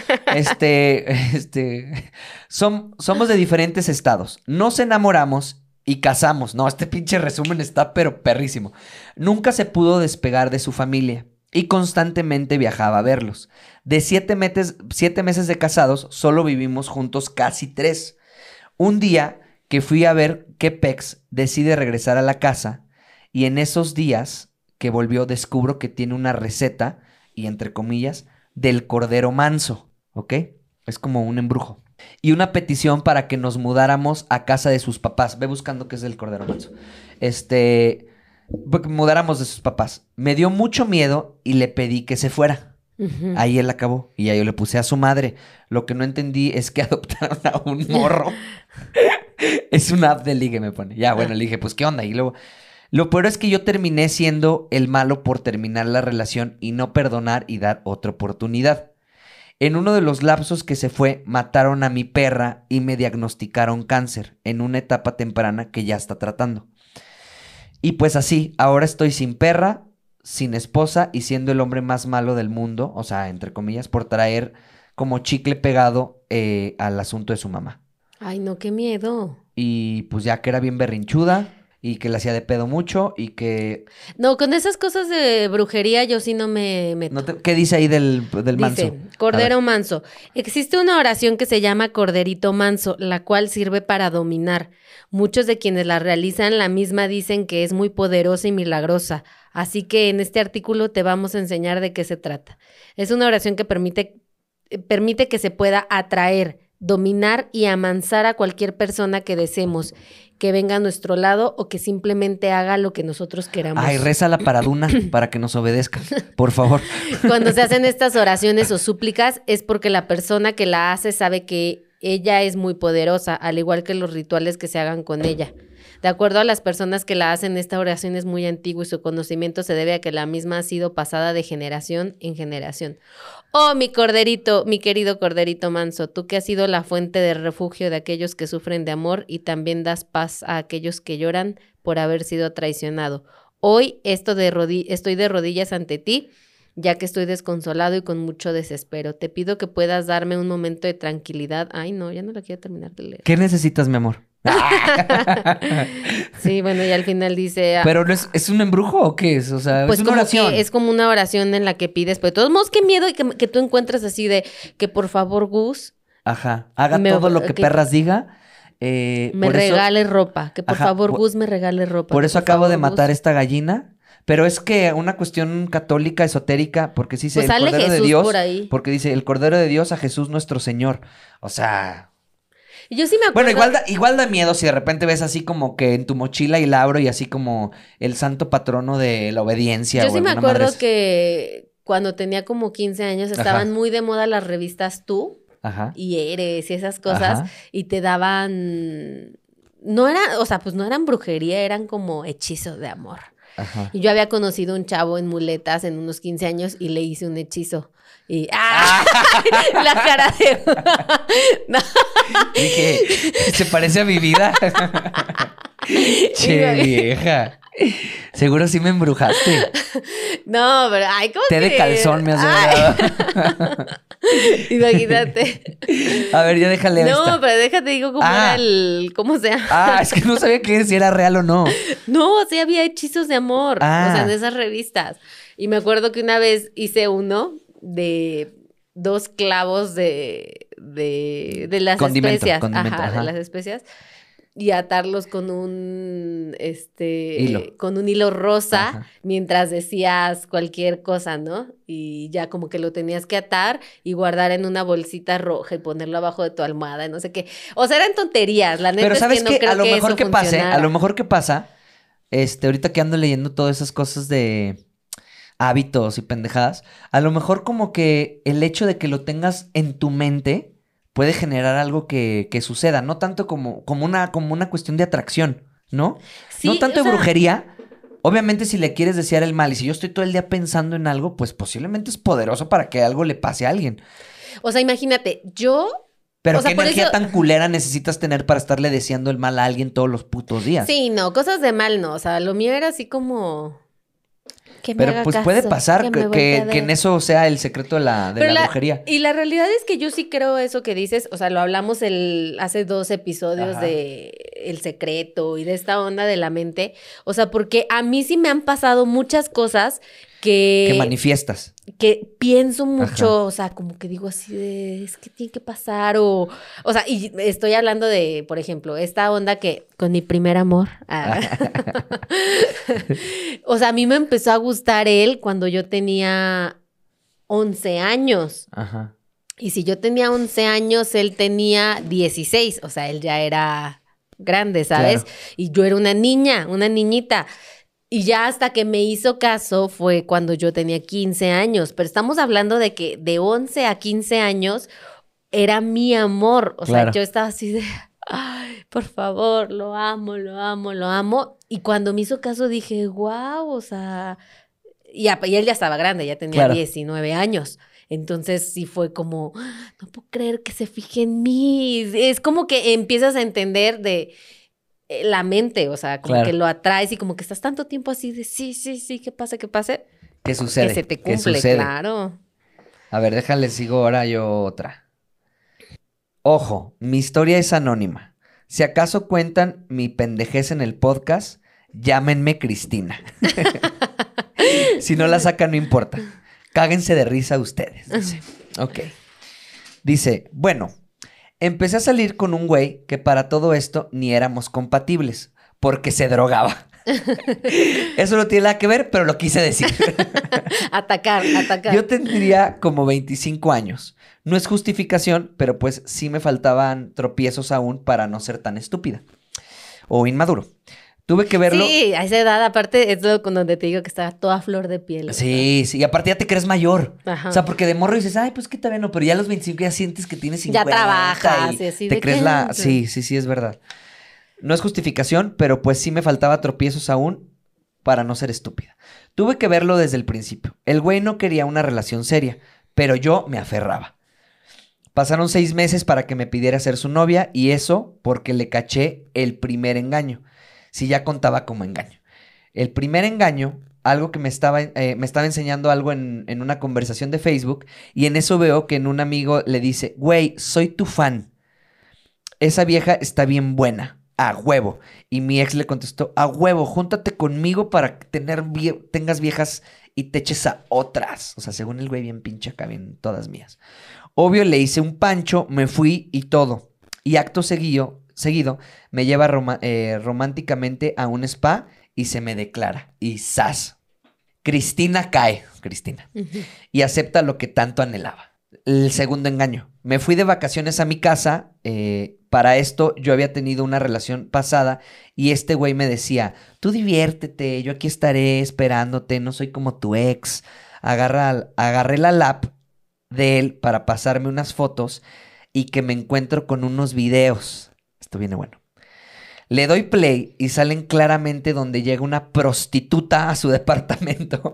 Este, este, som, somos de diferentes estados. Nos enamoramos y casamos. No, este pinche resumen está pero perrísimo. Nunca se pudo despegar de su familia y constantemente viajaba a verlos. De siete meses, siete meses de casados, solo vivimos juntos casi tres. Un día que fui a ver qué pex, decide regresar a la casa y en esos días que volvió descubro que tiene una receta, y entre comillas, del cordero manso, ¿ok? Es como un embrujo. Y una petición para que nos mudáramos a casa de sus papás. Ve buscando qué es el cordero manso. Este, mudáramos de sus papás. Me dio mucho miedo y le pedí que se fuera. Uh-huh. Ahí él acabó. Y ya yo le puse a su madre. Lo que no entendí es que adoptaron a un morro. Es una app de ligue, me pone. Ya, bueno, le dije, pues, ¿qué onda? Y luego, lo peor es que yo terminé siendo el malo por terminar la relación y no perdonar y dar otra oportunidad. En uno de los lapsos que se fue, mataron a mi perra y me diagnosticaron cáncer en una etapa temprana que ya está tratando. Y pues así, ahora estoy sin perra, sin esposa y siendo el hombre más malo del mundo, o sea, entre comillas, por traer como chicle pegado eh, al asunto de su mamá. Ay, no, qué miedo. Y pues ya que era bien berrinchuda y que le hacía de pedo mucho y que... No, con esas cosas de brujería yo sí no me meto. No te... ¿Qué dice ahí del, del manso? Dice, cordero manso. Existe una oración que se llama corderito manso, la cual sirve para dominar. Muchos de quienes la realizan la misma dicen que es muy poderosa y milagrosa. Así que en este artículo te vamos a enseñar de qué se trata. Es una oración que permite, permite que se pueda atraer, dominar y amansar a cualquier persona que deseemos, que venga a nuestro lado o que simplemente haga lo que nosotros queramos. Ay, rézala para Duna, para que nos obedezca, por favor. Cuando se hacen estas oraciones o súplicas es porque la persona que la hace sabe que ella es muy poderosa, al igual que los rituales que se hagan con ella. De acuerdo a las personas que la hacen, esta oración es muy antigua y su conocimiento se debe a que la misma ha sido pasada de generación en generación. Oh, mi corderito, mi querido corderito manso, tú que has sido la fuente de refugio de aquellos que sufren de amor y también das paz a aquellos que lloran por haber sido traicionado. Hoy esto de rodi- estoy de rodillas ante ti, ya que estoy desconsolado y con mucho desespero. Te pido que puedas darme un momento de tranquilidad. Ay, no, ya no la quiero terminar de leer. ¿Qué necesitas, mi amor? Sí, bueno, y al final dice... ¿Pero no es, es un embrujo o qué es? O sea, pues es una como oración. Que es como una oración en la que pides, pero de todos modos, qué miedo y que, que tú encuentres así de que por favor, Gus... Ajá, haga me, todo lo que, que perras diga. Eh, me regale eso, ropa, que por ajá, favor, por, Gus me regale ropa. Por eso por acabo favor, de matar Gus. esta gallina. Pero es que una cuestión católica, esotérica, porque sí dice pues el Cordero Jesús de Dios, por ahí. Porque dice el Cordero de Dios a Jesús nuestro Señor. O sea... Yo sí me acuerdo... Bueno, igual da, igual da miedo si de repente ves así como que en tu mochila y labro y así como el santo patrono de la obediencia. Yo o sí me alguna acuerdo madre que cuando tenía como quince años estaban Ajá. muy de moda las revistas Tú Ajá. y Eres y esas cosas. Ajá. Y te daban... No era, o sea, pues no eran brujería, eran como hechizos de amor. Ajá. Y yo había conocido un chavo en muletas en unos quince años y le hice un hechizo. Y ¡ah! La cara de... No. Dije, se parece a mi vida. Che, vieja. Seguro sí me embrujaste. No, pero ay, ¿cómo Té que? de calzón me has dado. Imagínate. A ver, ya déjale No, esta. pero déjate, digo cómo Ah. era el... ¿Cómo se llama? Ah, es que no sabía que si era real o no. No, sí había hechizos de amor. Ah. O sea, en esas revistas. Y me acuerdo que una vez hice uno de dos clavos de... De, de las Condimento, especias. condimento, Ajá, ajá. de las especias. Y atarlos con un, este, Hilo. con un hilo rosa, Ajá. mientras decías cualquier cosa, ¿no? Y ya como que lo tenías que atar y guardar en una bolsita roja y ponerlo abajo de tu almohada y no sé qué. O sea, eran tonterías, la neta Pero es ¿sabes que no qué? creo A lo que mejor eso que pase, funcionara. a lo mejor que pasa, este, ahorita que ando leyendo todas esas cosas de hábitos y pendejadas, a lo mejor como que el hecho de que lo tengas en tu mente puede generar algo que, que suceda, no tanto como, como, una, como una cuestión de atracción, ¿no? Sí, No tanto o de sea, brujería. Obviamente si le quieres desear el mal y si yo estoy todo el día pensando en algo, pues posiblemente es poderoso para que algo le pase a alguien. o sea, imagínate, yo... Pero O sea, ¿qué por energía eso- tan culera necesitas tener para estarle deseando el mal a alguien todos los putos días? Sí, no, cosas de mal no, o sea, lo mío era así como... Que me Pero haga pues caso, puede pasar que que, me voltee a que- que en ver. eso sea el secreto de la, de Pero la la- brujería. Y la realidad es que yo sí creo eso que dices, o sea, lo hablamos el, hace dos episodios Ajá. de El Secreto y de esta onda de la mente, o sea, porque a mí sí me han pasado muchas cosas que, Que manifiestas. que pienso mucho, Ajá. o sea, como que digo así de, es que tiene que pasar, o, o sea, y estoy hablando de, por ejemplo, esta onda que con mi primer amor, ah, o sea, a mí me empezó a gustar él cuando yo tenía once años. Ajá. Y si yo tenía once años, él tenía dieciséis, o sea, él ya era grande, ¿sabes? Claro. Y yo era una niña, una niñita. Y ya hasta que me hizo caso fue cuando yo tenía quince años, pero estamos hablando de que de once a quince años era mi amor, o Claro. sea, yo estaba así de, ay, por favor, lo amo, lo amo, lo amo. Y cuando me hizo caso dije, wow, o sea, y, a- y él ya estaba grande, ya tenía Claro. diecinueve años. Entonces sí fue como, no puedo creer que se fije en mí. Es como que empiezas a entender de eh, la mente, o sea, como Claro. que lo atraes y como que estás tanto tiempo así de sí, sí, sí, que pase, que pase, ¿Qué sucede? que se te ¿Qué cumple, sucede? claro. A ver, déjale, sigo ahora yo otra. Ojo, mi historia es anónima. Si acaso cuentan mi pendejez en el podcast, llámenme Cristina. Si no la sacan, no importa. Cáguense de risa ustedes. Dice. Ok. Dice, bueno, empecé a salir con un güey que para todo esto ni éramos compatibles, porque se drogaba. Eso no tiene nada que ver, pero lo quise decir. Atacar, atacar. Yo tendría como veinticinco años. No es justificación, pero pues sí me faltaban tropiezos aún para no ser tan estúpida o inmaduro. Tuve que verlo. Sí, a esa edad, aparte, es lo con donde te digo que estaba toda flor de piel. o Sí, sí, y aparte ya te crees mayor. Ajá. O sea, porque de morro dices, ay, pues que todavía no, pero ya a los veinticinco ya sientes que tienes Ya cincuenta. trabajas y y así te de crees que- la... Sí, sí, sí, es verdad. No es justificación, pero pues sí me faltaba tropiezos aún para no ser estúpida. Tuve que verlo desde el principio. El güey no quería una relación seria, pero yo me aferraba. Pasaron seis meses para que me pidiera ser su novia y eso porque le caché el primer engaño. Si ya contaba como engaño. El primer engaño, algo que me estaba, eh, me estaba enseñando algo en, en una conversación de Facebook y en eso veo que en un amigo le dice, güey, soy tu fan. Esa vieja está bien buena. A huevo. Y mi ex le contestó, a huevo, júntate conmigo para tener vie- tengas viejas y te eches a otras. O sea, según el güey, bien pinche acá, bien todas mías. Obvio, le hice un pancho, me fui y todo. Y acto seguido, seguido me lleva roma- eh, románticamente a un spa y se me declara. Y ¡zas! Cristina cae, Cristina, Ujú. y acepta lo que tanto anhelaba. El segundo engaño. Me fui de vacaciones a mi casa. eh, para esto yo había tenido una relación pasada y este güey me decía, tú diviértete, yo aquí estaré esperándote, no soy como tu ex. Agarra, agarré la lap de él para pasarme unas fotos y que me encuentro con unos videos. Esto viene bueno. Le doy play y salen claramente donde llega una prostituta a su departamento.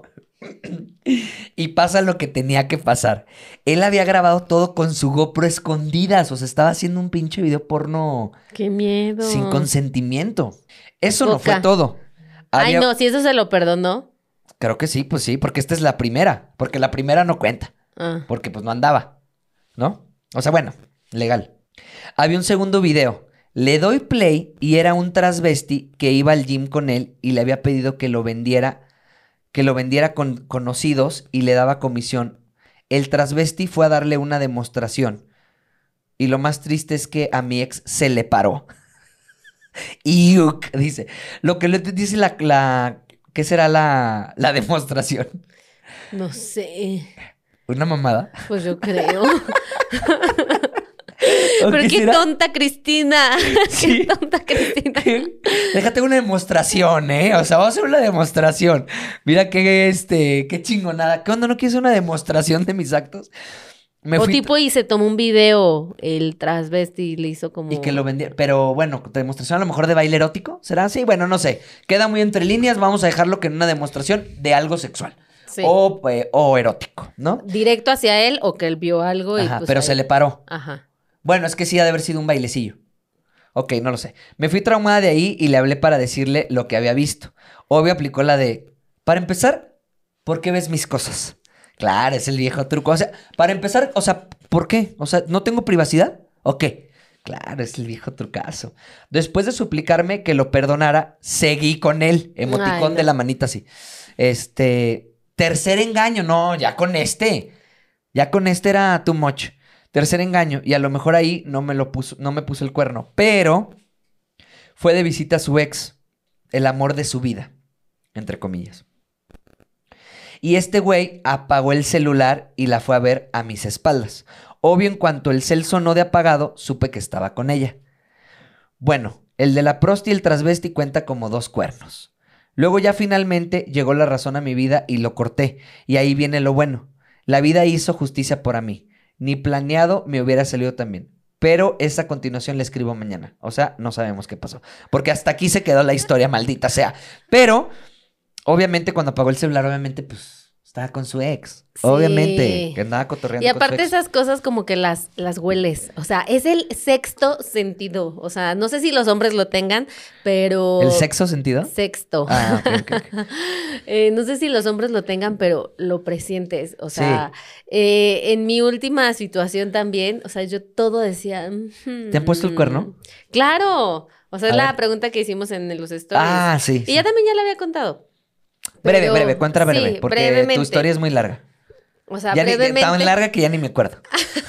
Y pasa lo que tenía que pasar. Él había grabado todo con su GoPro escondidas. O sea, estaba haciendo un pinche video porno Qué miedo. sin consentimiento. Eso no fue Poca. todo. Ay, Había- no, si eso se lo perdonó. Creo que sí, pues sí, porque esta es la primera. Porque la primera no cuenta. Ah. Porque pues no andaba, ¿no? O sea, bueno, legal. Había un segundo video. Le doy play y era un transvesti que iba al gym con él y le había pedido que lo vendiera, que lo vendiera con conocidos y le daba comisión. El transvesti fue a darle una demostración. Y lo más triste es que a mi ex se le paró. Iuk, dice. Lo que le dice la, la ¿qué será la, la demostración? No sé. ¿Una mamada? Pues yo creo. ¿O Pero qué qué será? tonta Cristina. Sí. Qué tonta Cristina. Déjate una demostración, ¿eh? O sea, vamos a hacer una demostración. Mira qué, este, qué chingonada. ¿Qué onda? ¿No quieres una demostración de mis actos? Me O fui tipo y se tomó un video el transvesti y le hizo como... y que lo vendía. Pero bueno, demostración a lo mejor de baile erótico. ¿Será así? Bueno, no sé. Queda muy entre líneas. Vamos a dejarlo que en una demostración de algo sexual. Sí. O, eh, o erótico, ¿no? Directo hacia él o que él vio algo y Ajá, pues pero ahí- se le paró. Ajá. Bueno, es que sí ha de haber sido un bailecillo. Ok, no lo sé. Me fui traumada de ahí y le hablé para decirle lo que había visto. Obvio aplicó la de, para empezar, ¿por qué ves mis cosas? Claro, es el viejo truco. O sea, para empezar, o sea, ¿por qué? O sea, ¿no tengo privacidad? ¿O qué? Claro, es el viejo trucazo. Después de suplicarme que lo perdonara, seguí con él. Emoticón Ay, no. de la manita así. Este, tercer engaño. No, ya con este. Ya con este era too much. Tercer engaño. Y a lo mejor ahí no me lo puso, no me puso el cuerno. Pero fue de visita a su ex. El amor de su vida. Entre comillas. Y este güey apagó el celular y la fue a ver a mis espaldas. Obvio, en cuanto el cel sonó de apagado, supe que estaba con ella. Bueno, el de la prosti y el transvesti cuenta como dos cuernos. Luego ya finalmente llegó la razón a mi vida y lo corté. Y ahí viene lo bueno. La vida hizo justicia por a mí. Ni planeado me hubiera salido también. Pero esa continuación la escribo mañana. O sea, no sabemos qué pasó. Porque hasta aquí se quedó la historia, maldita sea. Pero, obviamente, cuando apagó el celular, obviamente, pues, estaba con su ex. Sí. Obviamente, que andaba cotorreando Y con su aparte ex. esas cosas como que las, las hueles. O sea, es el sexto sentido. O sea, no sé si los hombres lo tengan, pero... ¿El sexo sentido? Sexto. Ah, ok, ok, ok. Eh, no sé si los hombres lo tengan, pero lo presientes. O sea, eh, en mi última situación también, o sea, yo todo decía... "Mm, ¿Te han puesto el cuerno? Claro. O sea, A es la ver. pregunta que hicimos en los stories. Ah, sí. Y sí. ya también ya la había contado. Breve, Pero- breve, cuenta breve. sí, porque brevemente. tu historia es muy larga. O sea, Ya ni, brevemente. tan larga que ya ni me acuerdo.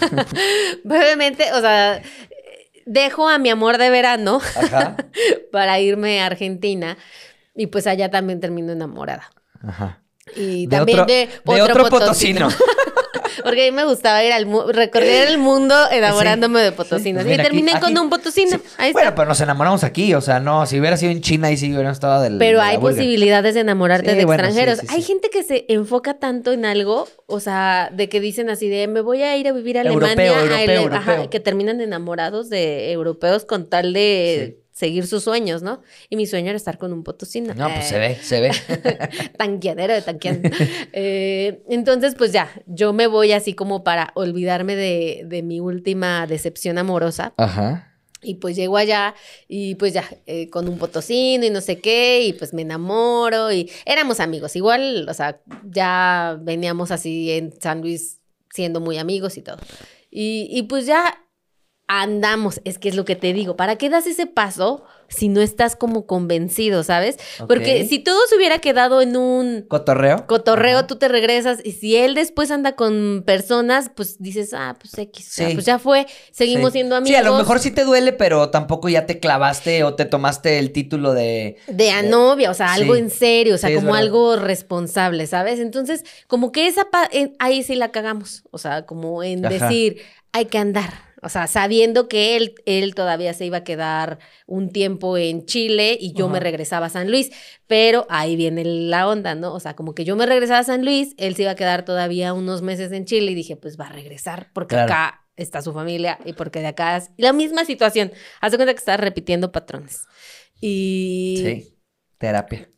Brevemente, o sea, dejo a mi amor de verano Ajá. para irme a Argentina y pues allá también termino enamorada. Ajá. Y De también otro, de, de otro potosino. Porque a mí me gustaba ir al mu- recorrer el mundo enamorándome de potosinos. Sí, pues mira, y terminé aquí- con aquí- un potosino. Sí. Ahí Bueno, está. pero nos enamoramos aquí. O sea, no, si hubiera sido en China, ahí sí hubiéramos estado del. Pero de la hay vulga. posibilidades de enamorarte Sí, de bueno, sí, extranjeros. sí, sí. Hay gente que se enfoca tanto en algo, o sea, de que dicen así de me voy a ir a vivir a Alemania, Europeo, a europeo, ele- ajá, europeo. que terminan enamorados de europeos con tal de seguir sus sueños, ¿no? Y mi sueño era estar con un potosino. No, pues Eh, se ve, se ve. Tanqueadero de tanquean. Eh, entonces, pues ya, yo me voy así como para olvidarme de, de mi última decepción amorosa. Ajá. Y pues llego allá y pues ya, eh, con un potosino y no sé qué, y pues me enamoro y éramos amigos. Igual, o sea, ya veníamos así en San Luis siendo muy amigos y todo. Y, y pues ya andamos, es que es lo que te digo, ¿para qué das ese paso si no estás como convencido, ¿sabes? Porque Ok. si todo se hubiera quedado en un ¿Cotorreo? cotorreo, Ajá. tú te regresas y si él después anda con personas, pues dices, ah, pues X, o sea, Sí. pues ya fue, seguimos Sí. siendo amigos. Sí, a lo mejor sí te duele, pero tampoco ya te clavaste o te tomaste el título de. De a de- novia, o sea, algo Sí. en serio, o sea, Sí, es como verdad. algo responsable, ¿sabes? Entonces, como que esa pa- en- ahí sí la cagamos, o sea, como en Ajá. decir, hay que andar, o sea, sabiendo que él, él todavía se iba a quedar un tiempo en Chile y yo Ajá. me regresaba a San Luis, pero ahí viene la onda, ¿no? O sea, como que yo me regresaba a San Luis, él se iba a quedar todavía unos meses en Chile y dije, pues va a regresar porque Claro. acá está su familia y porque de acá es la misma situación. Haz de cuenta que estás repitiendo patrones. Y Sí. Terapia.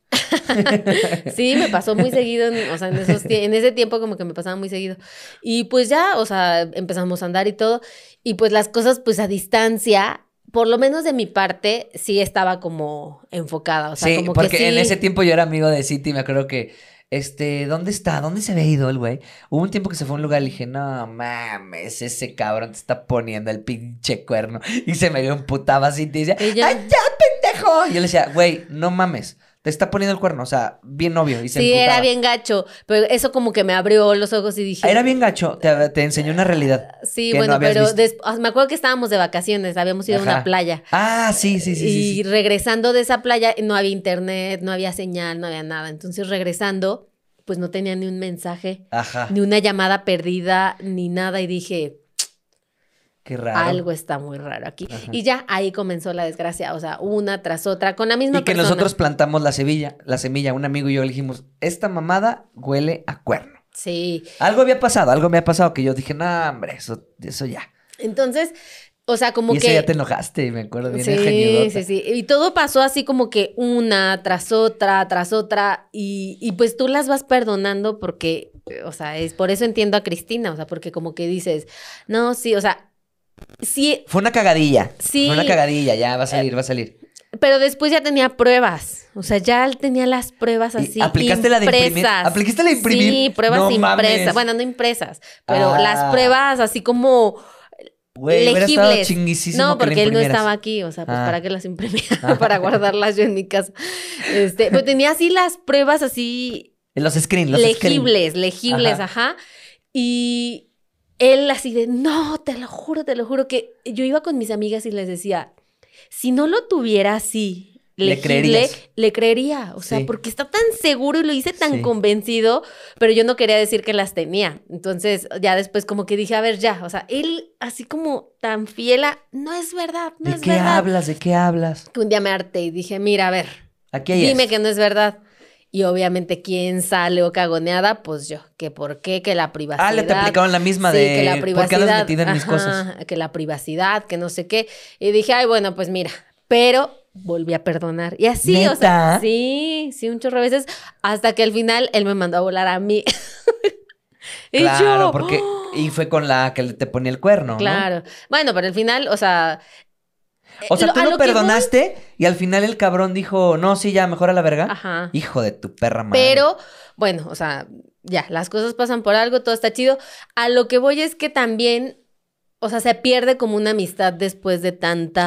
sí, me pasó muy seguido, en, o sea, en, esos tie- en ese tiempo como que me pasaba muy seguido. Y pues ya, o sea, empezamos a andar y todo, y pues las cosas pues a distancia, por lo menos de mi parte, sí estaba como enfocada. O sea, Sí, como porque que sí. en ese tiempo yo era amigo de City, me acuerdo que, este, ¿dónde está? ¿Dónde se había ido el güey? Hubo un tiempo que se fue a un lugar y le dije, no mames, ese cabrón te está poniendo el pinche cuerno. Y se me emputaba City y decía, Y yo- ¡ay, ya, pendejo! Y yo le decía, güey, no mames, te está poniendo el cuerno, o sea, bien obvio. Y se Sí, emputaba. era bien gacho, pero eso como que me abrió los ojos y dije... Era bien gacho, te, te enseñó una realidad. Sí, que bueno, no habías pero visto. des- ah, me acuerdo que estábamos de vacaciones, habíamos ido a una Ajá. playa. Ah, sí, sí, sí, sí, Y sí. regresando de esa playa no había internet, no había señal, no había nada. Entonces regresando, pues no tenía ni un mensaje, Ajá, ni una llamada perdida, ni nada. Y dije, qué raro. algo está muy raro aquí. Ajá. Y ya ahí comenzó la desgracia, o sea, una tras otra, con la misma Y que persona. nosotros plantamos la semilla, la semilla, un amigo y yo le dijimos, esta mamada huele a cuerno. Sí. Algo había pasado, algo me ha pasado que yo dije, no, hombre, eso, eso ya. Entonces, o sea, como y que... ese ya te enojaste, me acuerdo bien Sí, ingeniudota. sí, sí. Y todo pasó así como que una tras otra, tras otra. Y, y pues tú las vas perdonando porque, o sea, es por eso entiendo a Cristina, o sea, porque como que dices, no, sí, o sea, sí, Fue una cagadilla. Sí. Fue una cagadilla, ya va a salir, va a salir. pero después ya tenía pruebas. O sea, ya él tenía las pruebas ¿Y así. aplicaste la de imprimir? impresas. ¿Aplicaste la de imprimir? Sí, pruebas No impresas. mames. Bueno, no impresas, pero Ah. las pruebas así como Güey, hubiera estado legibles. chinguisísimo No, que la porque él no imprimieras. estaba aquí, o sea, pues Ah. para qué las imprimía, para guardarlas yo en mi casa. Este, pero tenía así las pruebas así Los screen, los screen. legibles, legibles, Ajá. ajá. Y él así de, no, te lo juro, te lo juro, que yo iba con mis amigas y les decía, si no lo tuviera así Le legible, creerías. le creería, o sea, Sí. porque está tan seguro y lo hice tan Sí. convencido, pero yo no quería decir que las tenía. Entonces, ya después como que dije, a ver, ya, o sea, él así como tan fiel a, no es verdad, no ¿De es qué verdad. hablas? ¿De qué hablas? Que un día me harté y dije, mira, a ver, Aquí hay dime esto. que no es verdad. Y obviamente, ¿quién sale o cagoneada? Pues yo. ¿Que por qué? Que la privacidad. Ah, le te aplicaron la misma Sí, de que la ¿por qué privacidad. andas metido en mis ajá, cosas? Que la privacidad, que no sé qué. Y dije, ay, bueno, pues mira. Pero volví a perdonar. Y así, o sea, ¿Neta? sí, sí, un chorro de veces. Hasta que al final él me mandó a volar a mí. Y Claro, yo, porque... ¡oh! Y fue con la que te ponía el cuerno, ¿no? Claro. Bueno, pero al final, o sea. O sea, lo- tú a lo lo que voy- perdonaste y al final el cabrón dijo, no, sí, ya, mejor a la verga. Ajá. Hijo de tu perra madre. Pero, bueno, o sea, ya, las cosas pasan por algo, todo está chido. A lo que voy es que también, o sea, se pierde como una amistad después de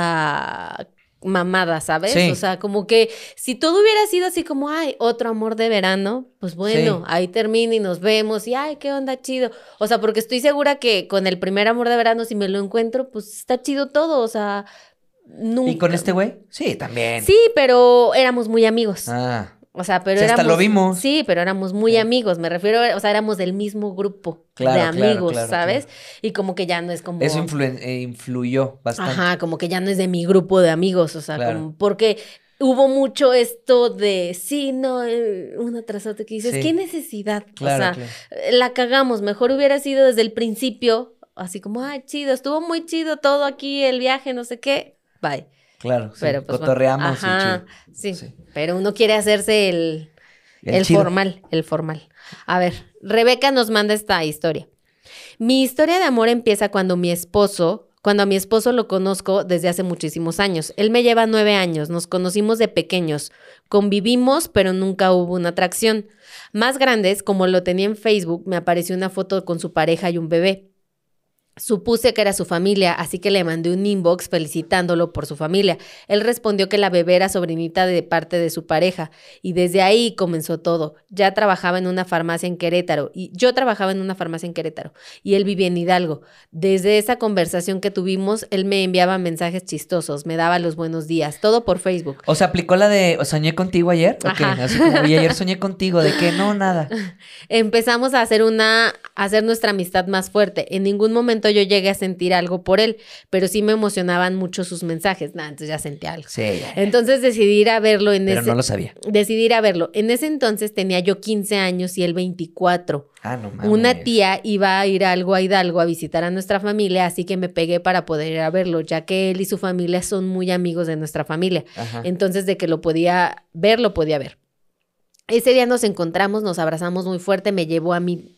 tanta mamada, ¿sabes? Sí. O sea, como que si todo hubiera sido así como, ay, otro amor de verano, pues bueno, Sí. ahí termina y nos vemos y, ay, qué onda, chido. O sea, porque estoy segura que con el primer amor de verano, si me lo encuentro, pues está chido todo, o sea, nunca. ¿Y con este güey? Sí, también. Sí, pero éramos muy amigos. Ah, O sea, pero Sí, hasta éramos... lo vimos. Sí, pero éramos muy Sí. amigos, me refiero, o sea, éramos del mismo grupo Claro, de claro, amigos, claro, ¿sabes? Y como que ya no es como... eso influen- eh, influyó bastante. Ajá, como que ya no es de mi grupo de amigos, o sea, Claro. como... Porque hubo mucho esto de, sí, no, eh, una tras otra que dices, Sí. ¿qué necesidad? Claro, o sea, claro. eh, la cagamos, mejor hubiera sido desde el principio, así como, ay, chido, estuvo muy chido todo aquí, el viaje, no sé qué, bye. Claro, sí. Pero pues bueno, Cotorreamos y ajá, chido. sí, Sí. pero uno quiere hacerse el... El El, chido. formal, el formal. A ver, Rebeca nos manda esta historia. Mi historia de amor empieza cuando mi esposo, cuando a mi esposo lo conozco desde hace muchísimos años. Él me lleva nueve años, nos conocimos de pequeños, convivimos, pero nunca hubo una atracción. Más grandes, como lo tenía en Facebook, me apareció una foto con su pareja y un bebé. Supuse que era su familia, así que le mandé un inbox felicitándolo por su familia. Él respondió que la bebé era sobrinita de parte de su pareja y desde ahí comenzó todo. Ya trabajaba en una farmacia en Querétaro y yo trabajaba en una farmacia en Querétaro y él vivía en Hidalgo. Desde esa conversación que tuvimos, él me enviaba mensajes chistosos, me daba los buenos días, todo por Facebook. O sea, aplicó la de soñé contigo ayer. ¿O qué? Ajá. Así como, y ayer soñé contigo, ¿de qué? No, nada. Empezamos a hacer una, a hacer nuestra amistad más fuerte. En ningún momento yo llegué a sentir algo por él, pero sí me emocionaban mucho sus mensajes. Nah, entonces ya sentí algo. Sí, ya, ya. Entonces decidí ir a verlo en Pero ese... no lo sabía. Decidí ir a verlo. En ese entonces tenía yo quince años y él veinticuatro. Ah, no mames. Una tía iba a ir algo a Hidalgo a visitar a nuestra familia, así que me pegué para poder ir a verlo, ya que él y su familia son muy amigos de nuestra familia. Ajá. Entonces, de que lo podía ver, lo podía ver. Ese día nos encontramos, nos abrazamos muy fuerte, me llevó a mí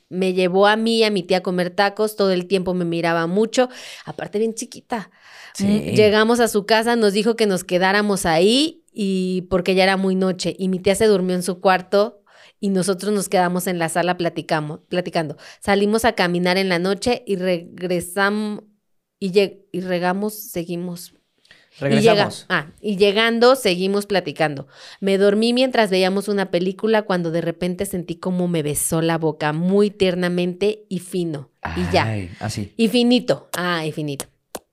Me llevó a mí y a mi tía a comer tacos, todo el tiempo me miraba mucho, aparte bien chiquita. Sí. Llegamos a su casa, nos dijo que nos quedáramos ahí y porque ya era muy noche y mi tía se durmió en su cuarto y nosotros nos quedamos en la sala platicamos, platicando. Salimos a caminar en la noche y regresamos y, lleg- y regamos, seguimos. Regresamos. Y, llega, ah, y llegando seguimos platicando. Me dormí mientras veíamos una película cuando de repente sentí como me besó la boca muy tiernamente y fino. Ay, y ya. Así. Y finito. Ah, y finito.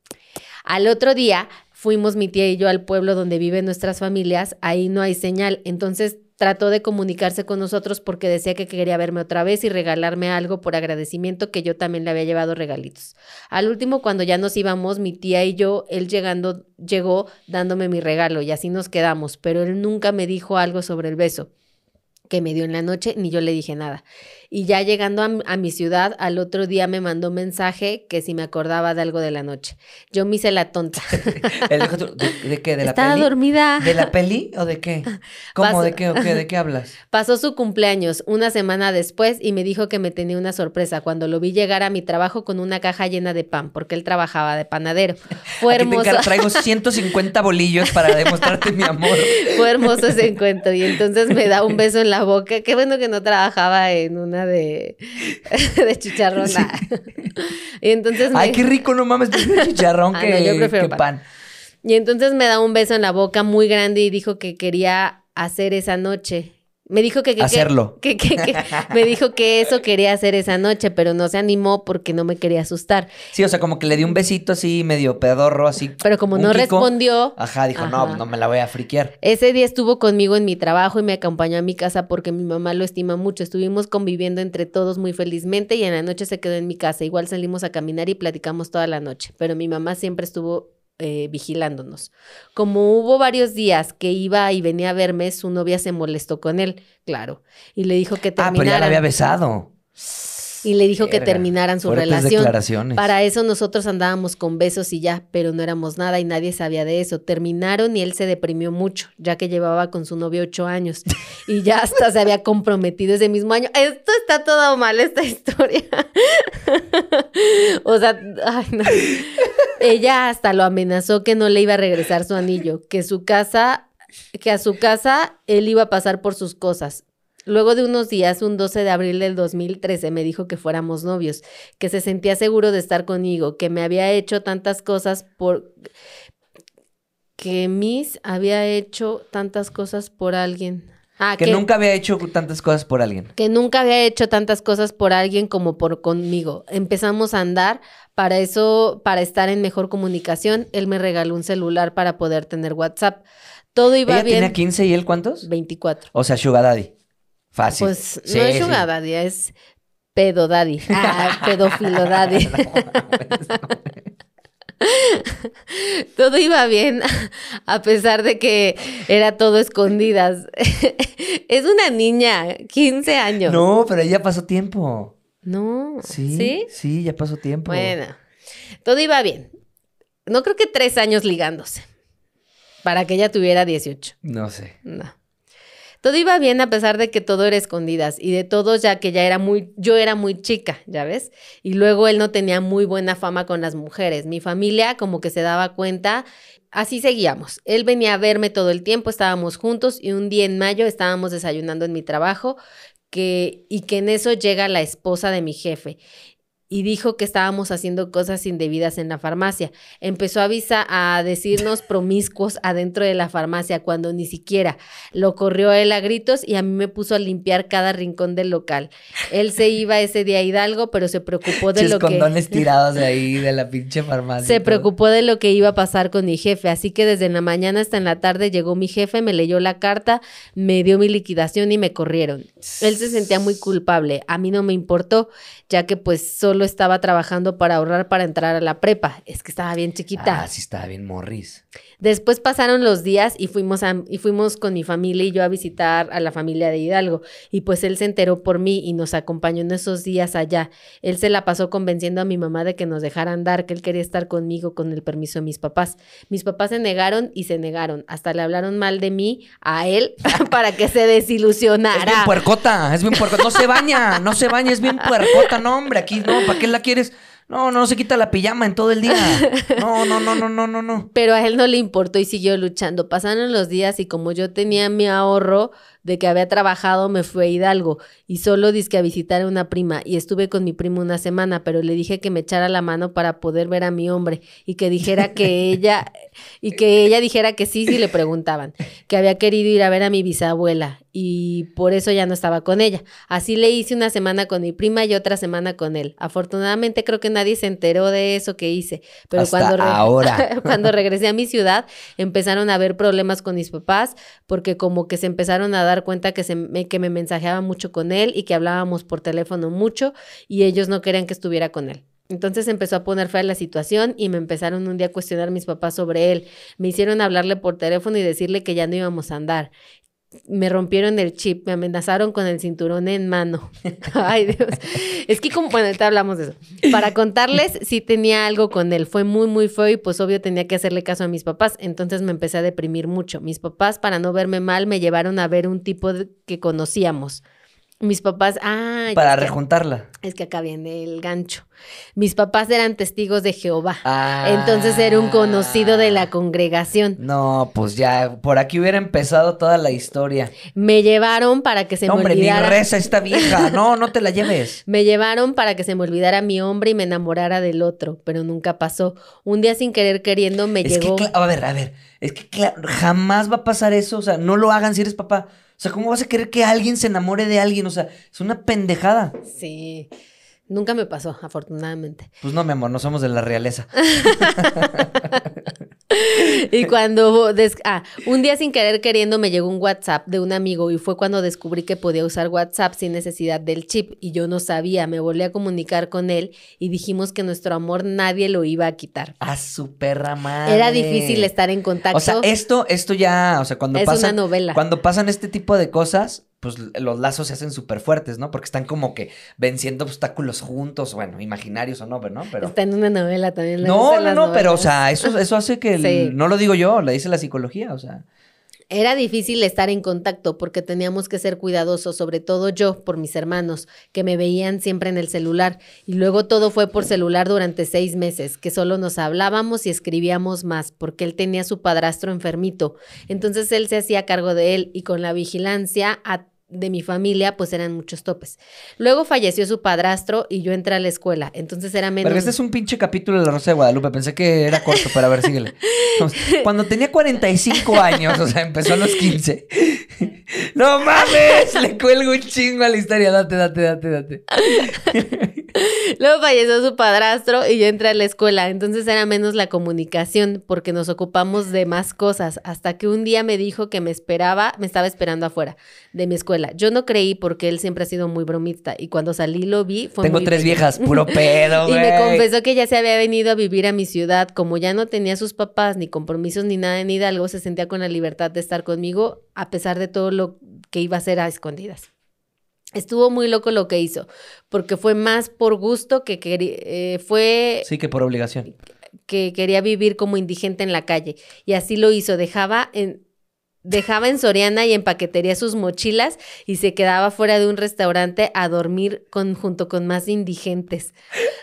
Al otro día fuimos mi tía y yo al pueblo donde viven nuestras familias. Ahí no hay señal. Entonces trató de comunicarse con nosotros porque decía que quería verme otra vez y regalarme algo por agradecimiento, que yo también le había llevado regalitos. Al último, cuando ya nos íbamos, mi tía y yo, él llegando, llegó dándome mi regalo y así nos quedamos, pero él nunca me dijo algo sobre el beso que me dio en la noche, ni yo le dije nada. Y ya llegando a, a mi ciudad, al otro día me mandó un mensaje que si me acordaba de algo de la noche. Yo me hice la tonta. ¿El hijo tu- ¿De, de qué? ¿De la Estaba peli? dormida. ¿De la peli o de qué? ¿Cómo? Pasó- ¿De qué o qué? ¿De qué hablas? Pasó su cumpleaños una semana después y me dijo que me tenía una sorpresa cuando lo vi llegar a mi trabajo con una caja llena de pan, porque él trabajaba de panadero. Fue Aquí te hermoso. encargo- traigo ciento cincuenta bolillos para demostrarte mi amor. Fue hermoso ese encuentro y entonces me da un beso en la boca. Qué bueno que no trabajaba en una de, de chicharrón. Sí. Y entonces me... Ay, qué rico, no mames, prefiero chicharrón Ah, que, no, yo prefiero que pan. pan. Y entonces me da un beso en la boca muy grande y dijo que quería hacer esa noche. Me dijo que... que Hacerlo. Que, que, que, que- me dijo que eso quería hacer esa noche, pero no se animó porque no me quería asustar. Sí, o sea, como que le di un besito así, medio pedorro, así. Pero como un no kiko. respondió... Ajá, dijo, Ajá. no, no me la voy a friquear. Ese día estuvo conmigo en mi trabajo y me acompañó a mi casa porque mi mamá lo estima mucho. Estuvimos conviviendo entre todos muy felizmente y en la noche se quedó en mi casa. Igual salimos a caminar y platicamos toda la noche, pero mi mamá siempre estuvo eh, vigilándonos. Como hubo varios días que iba y venía a verme, su novia se molestó con él, claro, y le dijo que Ah, pero ya la terminaran. había besado. Y le dijo que Verga, terminaran su fuertes relación. declaraciones. Para eso nosotros andábamos con besos y ya, pero no éramos nada y nadie sabía de eso. Terminaron y él se deprimió mucho, ya que llevaba con su novio ocho años y ya hasta se había comprometido ese mismo año. Esto está todo mal, esta historia. O sea, ay, no. Ella hasta lo amenazó que no le iba a regresar su anillo, que su casa, que a su casa él iba a pasar por sus cosas. Luego de unos días, un doce de abril del dos mil trece, me dijo que fuéramos novios, que se sentía seguro de estar conmigo, que me había hecho tantas cosas por... que Miss había hecho tantas cosas por alguien. Ah, Que nunca había hecho tantas cosas por alguien. que nunca había hecho tantas cosas por alguien como por conmigo. Empezamos a andar, para eso, para estar en mejor comunicación, él me regaló un celular para poder tener WhatsApp. Todo iba ¿Ella bien. tenía quince y él cuántos? veinticuatro. O sea, Sugar Daddy. Fácil. Pues Sí, no es sí. sugar daddy, es pedo daddy. Ah, pedófilo daddy. Todo iba bien, a pesar de que era todo escondidas. Es una niña, quince años. No, pero ya pasó tiempo. No. Sí, ¿Sí? sí, ya pasó tiempo. Bueno, todo iba bien. No creo que tres años ligándose para que ella tuviera dieciocho. No sé. No. Todo iba bien a pesar de que todo era escondidas y de todos, ya que ya era muy, yo era muy chica, ¿ya ves? Y luego él no tenía muy buena fama con las mujeres. Mi familia como que se daba cuenta. Así seguíamos. Él venía a verme todo el tiempo, estábamos juntos y un día en mayo estábamos desayunando en mi trabajo que, y que en eso llega la esposa de mi jefe y dijo que estábamos haciendo cosas indebidas en la farmacia. Empezó a avisar, a decirnos promiscuos adentro de la farmacia cuando ni siquiera. Lo corrió él a gritos y a mí me puso a limpiar cada rincón del local. Él se iba ese día a Hidalgo, pero se preocupó de Chis lo que... condones tirados de ahí, de la pinche farmacia. Se y todo. preocupó de lo que iba a pasar con mi jefe, así que desde la mañana hasta en la tarde llegó mi jefe, me leyó la carta, me dio mi liquidación y me corrieron. Él se sentía muy culpable, a mí no me importó, ya que pues solo solo estaba trabajando para ahorrar para entrar a la prepa. Es que estaba bien chiquita. Ah, sí estaba bien morris. Después pasaron los días y fuimos, a, y fuimos con mi familia y yo a visitar a la familia de Hidalgo. Y pues él se enteró por mí y nos acompañó en esos días allá. Él se la pasó convenciendo a mi mamá de que nos dejara andar, que él quería estar conmigo con el permiso de mis papás. Mis papás se negaron y se negaron. Hasta le hablaron mal de mí a él para que se desilusionara. Es bien puercota, es bien puercota. No se baña, no se baña, es bien puercota. No, hombre, aquí no, ¿para qué la quieres? No, no se quita la pijama en todo el día. No, no, no, no, no, no, no. Pero a él no le importó y siguió luchando. Pasaron los días y como yo tenía mi ahorro de que había trabajado, me fui a Hidalgo y solo dizque a visitar a una prima y estuve con mi primo una semana, pero le dije que me echara la mano para poder ver a mi hombre y que dijera que ella y que ella dijera que sí si le preguntaban, que había querido ir a ver a mi bisabuela y por eso ya no estaba con ella. Así le hice una semana con mi prima y otra semana con él. Afortunadamente creo que nadie se enteró de eso que hice, pero Hasta cuando re- ahora. cuando regresé a mi ciudad empezaron a haber problemas con mis papás porque como que se empezaron a dar cuenta que, se me, que me mensajeaba mucho con él y que hablábamos por teléfono mucho y ellos no querían que estuviera con él. Entonces empezó a poner fea la situación y me empezaron un día a cuestionar mis papás sobre él. Me hicieron hablarle por teléfono y decirle que ya no íbamos a andar. Me rompieron el chip, me amenazaron con el cinturón en mano. Ay, Dios. Es que como, bueno, ahorita hablamos de eso. Para contarles, sí tenía algo con él. Fue muy, muy feo y pues obvio tenía que hacerle caso a mis papás. Entonces me empecé a deprimir mucho. Mis papás, para no verme mal, me llevaron a ver un tipo de, que conocíamos. Mis papás, ah, Para es que, rejuntarla. es que acá viene el gancho. Mis papás eran testigos de Jehová. Ah. Entonces era un conocido de la congregación. No, pues ya, por aquí hubiera empezado toda la historia. Me llevaron para que se No, me hombre, olvidara. ni reza esta vieja. No, no te la lleves. Me llevaron para que se me olvidara mi hombre y me enamorara del otro, pero nunca pasó. Un día sin querer queriendo me Es llegó. que, cla- a ver, a ver, es que cla- jamás va a pasar eso, o sea, no lo hagan si eres papá. O sea, ¿cómo vas a querer que alguien se enamore de alguien? O sea, es una pendejada. Sí, nunca me pasó, afortunadamente. Pues no, mi amor, no somos de la realeza. Y cuando, des- ah, un día sin querer queriendo me llegó un WhatsApp de un amigo y fue cuando descubrí que podía usar WhatsApp sin necesidad del chip y yo no sabía, me volví a comunicar con él y dijimos que nuestro amor nadie lo iba a quitar. A su perra madre. Era difícil estar en contacto. O sea, esto, esto ya, o sea, cuando Es pasan, una novela. cuando pasan este tipo de cosas, pues los lazos se hacen súper fuertes, ¿no? Porque están como que venciendo obstáculos juntos, bueno, imaginarios o no, ¿no? Pero Está en una novela también. le no, gustan no, las no, pero o novelas. sea, eso, eso hace que el- Sí. no lo digo yo, le dice la psicología, o sea. Era difícil estar en contacto porque teníamos que ser cuidadosos, sobre todo yo, por mis hermanos, que me veían siempre en el celular. Y luego todo fue por celular durante seis meses, que solo nos hablábamos y escribíamos más, porque él tenía a su padrastro enfermito. Entonces él se hacía cargo de él y con la vigilancia a de mi familia, pues eran muchos topes. Luego falleció su padrastro y yo entré a la escuela, entonces era menos... Pero este es un pinche capítulo de La Rosa de Guadalupe. Pensé que era corto, pero a ver, síguele. Cuando tenía cuarenta y cinco años, o sea, empezó a los quince. ¡No mames! Le cuelgo un chingo a la historia. Date, date, date, date. Luego falleció su padrastro y yo entré a la escuela, entonces era menos la comunicación porque nos ocupamos de más cosas, hasta que un día me dijo que me esperaba, me estaba esperando afuera de mi escuela. Yo no creí porque él siempre ha sido muy bromista y cuando salí lo vi, fue Tengo muy tres bello. viejas, puro pedo, Y güey. me confesó que ya se había venido a vivir a mi ciudad, como ya no tenía sus papás, ni compromisos, ni nada en Hidalgo, se sentía con la libertad de estar conmigo, a pesar de todo lo que iba a hacer a escondidas. Estuvo muy loco lo que hizo, porque fue más por gusto que quería, eh, fue Sí, que por obligación. que quería vivir como indigente en la calle, y así lo hizo, dejaba en... Dejaba en Soriana y en paquetería sus mochilas y se quedaba fuera de un restaurante a dormir con, junto con más indigentes.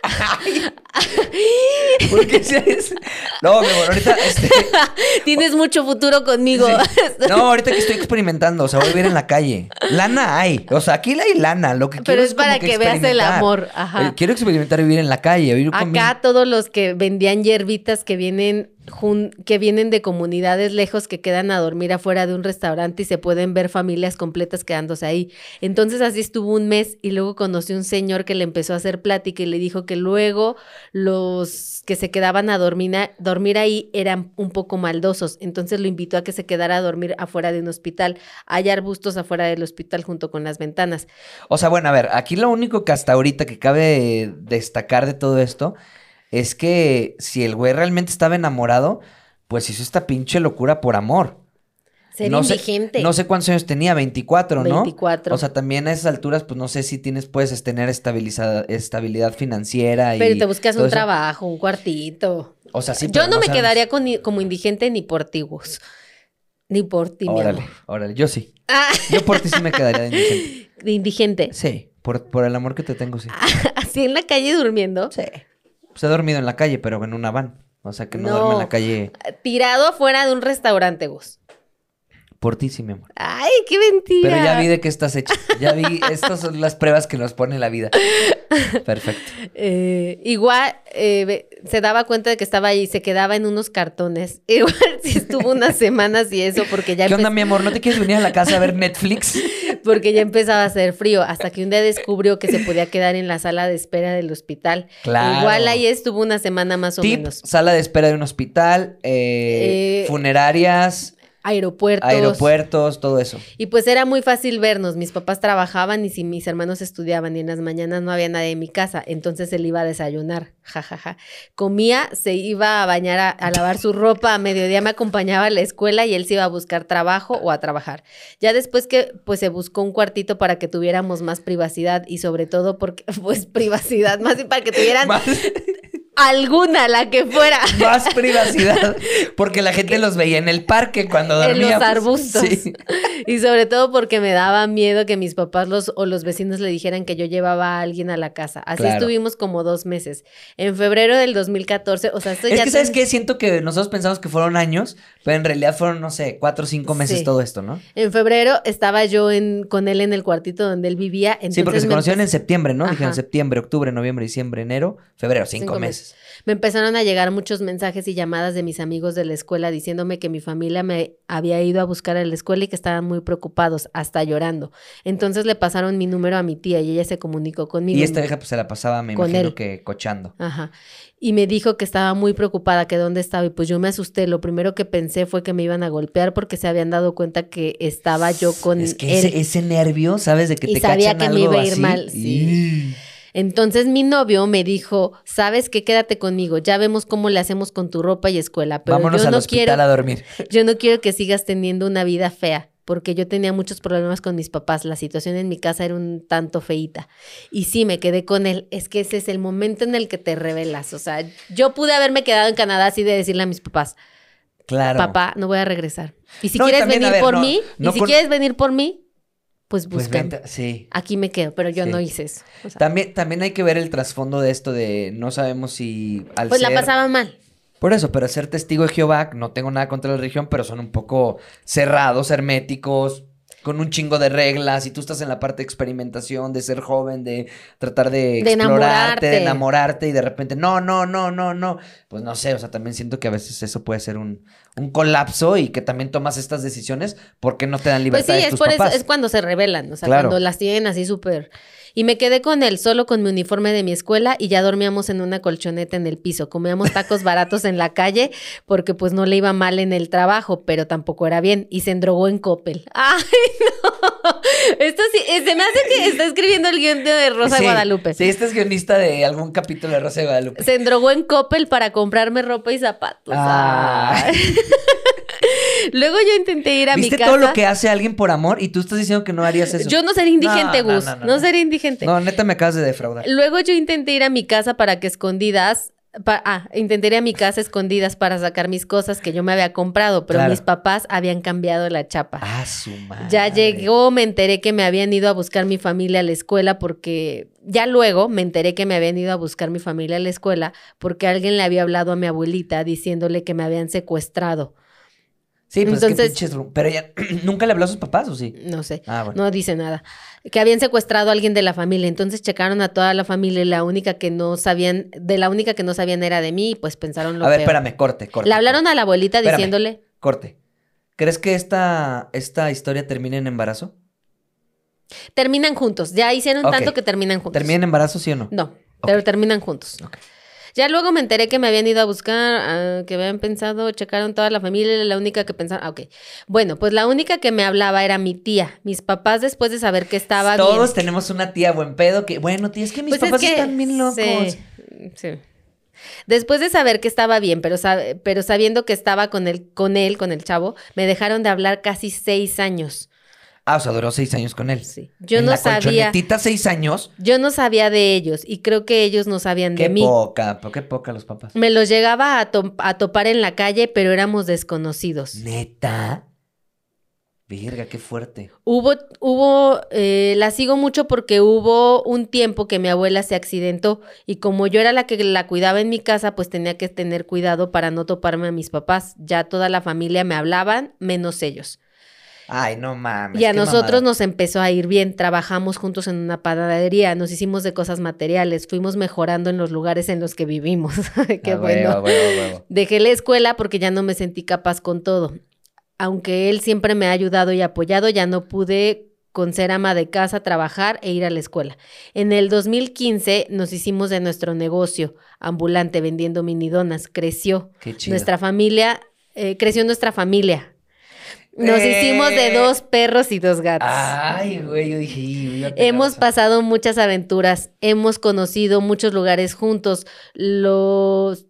¿Por qué es? No, mi amor, ahorita este, Tienes mucho futuro conmigo. sí. No, ahorita que estoy experimentando, o sea, voy a vivir en la calle. Lana hay, o sea, aquí hay lana, lo que Pero quiero es como para que veas el experimentar. amor, Eh, ajá. Quiero experimentar vivir en la calle, vivir con Acá mis- todos los que vendían hierbitas que vienen jun- que vienen de comunidades lejos que quedan a dormir afuera de un restaurante y se pueden ver familias completas quedándose ahí. Entonces así estuvo un mes y luego conoció un señor que le empezó a hacer plática y le dijo que luego los que se quedaban a dormir, a- dormir ahí eran un poco maldosos. Entonces lo invitó a que se quedara a dormir afuera de un hospital. Hay arbustos afuera del hospital junto con las ventanas. O sea, bueno, a ver, aquí lo único que hasta ahorita que cabe destacar de todo esto es que si el güey realmente estaba enamorado, pues hizo esta pinche locura por amor. Ser No sé, indigente. no sé cuántos años tenía, veinticuatro, ¿no? veinticuatro. O sea, también a esas alturas, pues no sé si tienes, puedes tener estabiliza- estabilidad financiera y Pero te buscas todo un eso. trabajo, un cuartito. O sea, sí, Yo pero no me sabemos. quedaría con, como indigente ni por ti, Gus. Ni por ti, mi Órale, amor. órale, yo sí. Ah, Yo por ti sí me quedaría de indigente. de indigente. Sí, por, por el amor que te tengo, sí. Así en la calle durmiendo. Sí. Pues he dormido en la calle, pero en una van. O sea, que no, No. duermo en la calle. Tirado afuera de un restaurante, Gus. Por ti sí, mi amor. Ay, qué mentira. Pero ya vi de qué estás hecha. Ya vi, estas son las pruebas que nos pone la vida. Perfecto. Eh, igual eh, ve- se daba cuenta de que estaba ahí, se quedaba en unos cartones. Igual sí estuvo unas semanas y eso porque ya ¿Qué onda, empe- mi amor? ¿No te quieres venir a la casa a ver Netflix? porque ya empezaba a hacer frío, hasta que un día descubrió que se podía quedar en la sala de espera del hospital. Claro. Igual ahí estuvo una semana más o Tip, menos. sala de espera de un hospital, eh, Eh, funerarias, Aeropuertos. aeropuertos, todo eso. Y pues era muy fácil vernos. Mis papás trabajaban y si mis hermanos estudiaban y en las mañanas no había nadie en mi casa, entonces él iba a desayunar, jajaja. Comía, se iba a bañar, a, a lavar su ropa, a mediodía me acompañaba a la escuela y él se iba a buscar trabajo o a trabajar. Ya después que pues se buscó un cuartito para que tuviéramos más privacidad y sobre todo porque, pues privacidad, más bien para que tuvieran Más, alguna, la que fuera. más privacidad, porque la gente los veía en el parque cuando En dormíamos. los arbustos. Sí. Y sobre todo porque me daba miedo que mis papás los, o los vecinos le dijeran que yo llevaba a alguien a la casa. Así Claro. estuvimos como dos meses. En febrero del dos mil catorce, o sea, esto Es ya... que, ¿sabes ten- qué? Siento que nosotros pensamos que fueron años, pero en realidad fueron, no sé, cuatro o cinco meses Sí. todo esto, ¿no? En febrero estaba yo en, con él en el cuartito donde él vivía. Entonces Sí, porque se me conocieron empe- en septiembre, ¿no? Ajá. Dijeron septiembre, octubre, noviembre, diciembre, enero, febrero, cinco, Cinco meses. Me empezaron a llegar muchos mensajes y llamadas de mis amigos de la escuela diciéndome que mi familia me había ido a buscar a la escuela y que estaban muy preocupados, hasta llorando. Entonces le pasaron mi número a mi tía y ella se comunicó conmigo. Y esta vieja pues se la pasaba, me Con imagino él. que cochando. Ajá. Y me dijo que estaba muy preocupada, que dónde estaba. Y pues yo me asusté. Lo primero que pensé fue que me iban a golpear porque se habían dado cuenta que estaba yo con Es que él. ese, ese nervio, ¿sabes? De que Y te sabía cachan que me algo iba a ir así. mal, sí. Entonces mi novio me dijo, ¿sabes qué? Quédate conmigo. Ya vemos cómo le hacemos con tu ropa y escuela. Pero Vámonos yo al no hospital quiero, a dormir. yo no quiero que sigas teniendo una vida fea. Porque yo tenía muchos problemas con mis papás. La situación en mi casa era un tanto feíta. Y sí, me quedé con él. Es que ese es el momento en el que te revelas. O sea, yo pude haberme quedado en Canadá así de decirle a mis papás, Claro. papá, no voy a regresar. Y si No, y quieres también, a venir ver, por no- mí, no y si con- quieres venir por mí, pues Pues búscame. vente, sí. Aquí me quedo, pero yo Sí. no hice eso. O sea, También, también hay que ver el trasfondo de esto de no sabemos si al pues ser... la pasaba mal. Por eso, pero ser testigo de Jehová, no tengo nada contra la religión, pero son un poco cerrados, herméticos, con un chingo de reglas, y tú estás en la parte de experimentación, de ser joven, de tratar de, De explorarte, enamorarte. de enamorarte, y de repente, no, no, no, no, no. Pues no sé, o sea, también siento que a veces eso puede ser un, un colapso y que también tomas estas decisiones porque no te dan Pues libertad sí, de es tus por papás. eso, es cuando se rebelan, o sea, Claro. cuando las tienen así súper. Y me quedé con él solo con mi uniforme de mi escuela y ya dormíamos en una colchoneta en el piso. Comíamos tacos baratos en la calle porque pues no le iba mal en el trabajo, pero tampoco era bien. Y se endrogó en Coppel. ¡Ay, no! Esto sí, eh, se me hace que está escribiendo el guión de Rosa Sí, Guadalupe. Sí, este es guionista de algún capítulo de Rosa de Guadalupe. Se endrogó en Coppel para comprarme ropa y zapatos. Ah. Ay. Luego yo intenté ir a mi ¿Viste casa. todo lo que hace alguien por amor? Y tú estás diciendo que no harías eso. Yo no sería indigente, No, no, Gus. no, No, no, no. sería indigente. No, neta me acabas de defraudar. Luego yo intenté ir a mi casa para que escondidas. pa- ah, intenté ir a mi casa escondidas para sacar mis cosas que yo me había comprado, pero Claro. mis papás habían cambiado la chapa. Ah, su madre. Ya llegó, me enteré que me habían ido a buscar mi familia a la escuela porque ya luego me enteré que me habían ido a buscar mi familia a la escuela porque alguien le había hablado a mi abuelita diciéndole que me habían secuestrado. Sí, pues Entonces, es que pinches... ru- Pero ella nunca le habló a sus papás, ¿o sí? no sé, Ah, bueno. no dice nada. Que habían secuestrado a alguien de la familia, entonces checaron a toda la familia y la única que no sabían, de la única que no sabían era de mí y pues pensaron lo A ver, peor. espérame, corte, corte. Le hablaron corte. a la abuelita Espérame. diciéndole, Corte. ¿Crees que esta, esta historia termine en embarazo? terminan juntos, ya hicieron Ok. tanto que terminan juntos. ¿Termina en embarazo, sí o no? No, Ok. pero terminan juntos. Ok. Ya luego me enteré que me habían ido a buscar, ah, que habían pensado, checaron toda la familia, la única que pensaron, ah, ok. Bueno, pues la única que me hablaba era mi tía. Mis papás, después de saber que estaba Todos bien. tenemos una tía buen pedo que, bueno, tía, es que mis Pues es papás que- están bien locos. Sí, sí. Después de saber que estaba bien, pero, sab- pero sabiendo que estaba con él, con él, con el chavo, me dejaron de hablar casi seis años. Ah, o sea, duró seis años con él. Sí. Yo en no la sabía, colchonetita, seis años. yo no sabía de ellos y creo que ellos no sabían de Qué mí. poca, pero qué poca los papás. Me los llegaba a, to- a topar en la calle, pero éramos desconocidos. ¿Neta? Verga, qué fuerte. Hubo, hubo, eh, la sigo mucho porque hubo un tiempo que mi abuela se accidentó y como yo era la que la cuidaba en mi casa, pues tenía que tener cuidado para no toparme a mis papás. Ya toda la familia me hablaban, menos ellos. Ay, no mames. Y a qué nosotros mamada. nos empezó a ir bien, trabajamos juntos en una panadería, nos hicimos de cosas materiales, fuimos mejorando en los lugares en los que vivimos. Qué A bueno. huevo, a huevo, a huevo. Dejé la escuela porque ya no me sentí capaz con todo. Aunque él siempre me ha ayudado y apoyado, ya no pude con ser ama de casa, trabajar e ir a la escuela. En el dos mil quince nos hicimos de nuestro negocio ambulante vendiendo minidonas. Creció Qué chido. nuestra familia, eh, creció nuestra familia. Nos Eh. hicimos de dos perros y dos gatos. Ay, güey, yo dije... "Ih, ya te Hemos vas a-". pasado muchas aventuras, hemos conocido muchos lugares juntos, los...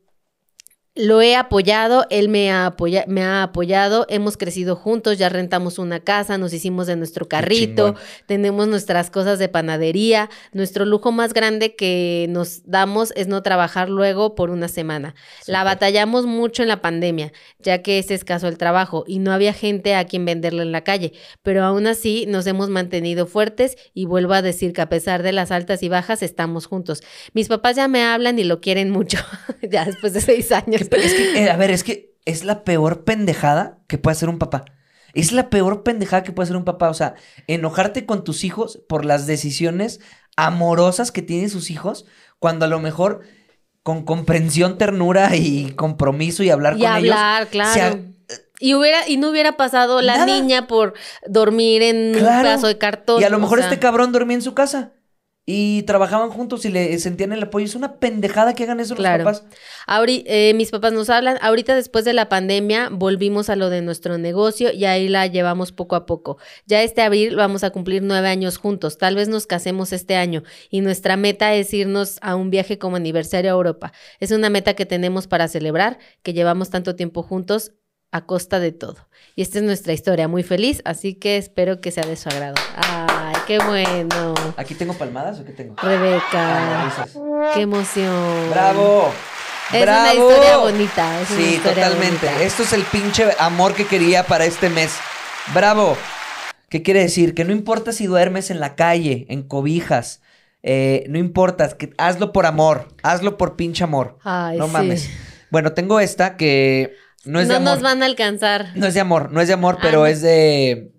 Lo he apoyado, él me ha, apoya- me ha apoyado, hemos crecido juntos, ya rentamos una casa, nos hicimos de nuestro carrito, chingón. tenemos nuestras cosas de panadería. Nuestro lujo más grande que nos damos es no trabajar luego por una semana. La Súper. batallamos mucho en la pandemia, ya que es escaso el trabajo y no había gente a quien venderlo en la calle, pero aún así nos hemos mantenido fuertes y vuelvo a decir que a pesar de las altas y bajas estamos juntos. Mis papás ya me hablan y lo quieren mucho, ya después de seis años. Que- Es que, eh, a ver, es que es la peor pendejada que puede hacer un papá. Es la peor pendejada que puede hacer un papá. O sea, enojarte con tus hijos por las decisiones amorosas que tienen sus hijos, cuando a lo mejor con comprensión, ternura y compromiso y hablar Y con hablar, ellos. claro. se ha- Y, hubiera, y no hubiera pasado la Nada. niña por dormir en un Claro. pedazo de cartón. Y a lo o mejor sea, este cabrón dormía en su casa. Y trabajaban juntos y le sentían el apoyo. Es una pendejada que hagan eso Claro. los papás. ahori- eh, mis papás nos hablan. Ahorita después de la pandemia volvimos a lo de nuestro negocio y ahí la llevamos poco a poco. Ya este abril vamos a cumplir nueve años juntos. Tal vez nos casemos este año y nuestra meta es irnos a un viaje como aniversario a Europa. Es una meta que tenemos para celebrar, que llevamos tanto tiempo juntos a costa de todo. Y esta es nuestra historia, muy feliz, así que espero que sea de su agrado. Ay, qué bueno. ¿Aquí tengo palmadas o qué tengo? Ah, Rebeca, risas. qué emoción. ¡Bravo! Es ¡Bravo! una historia bonita. Es una Sí, historia totalmente. bonita. Esto es el pinche amor que quería para este mes. ¡Bravo! ¿Qué quiere decir? Que no importa si duermes en la calle, en cobijas, eh, no importa, que hazlo por amor, hazlo por pinche amor. Ay, no sí. mames. Bueno, tengo esta que no es de No amor. nos van a alcanzar. No es de amor, no es de amor, Ah, pero no. es de...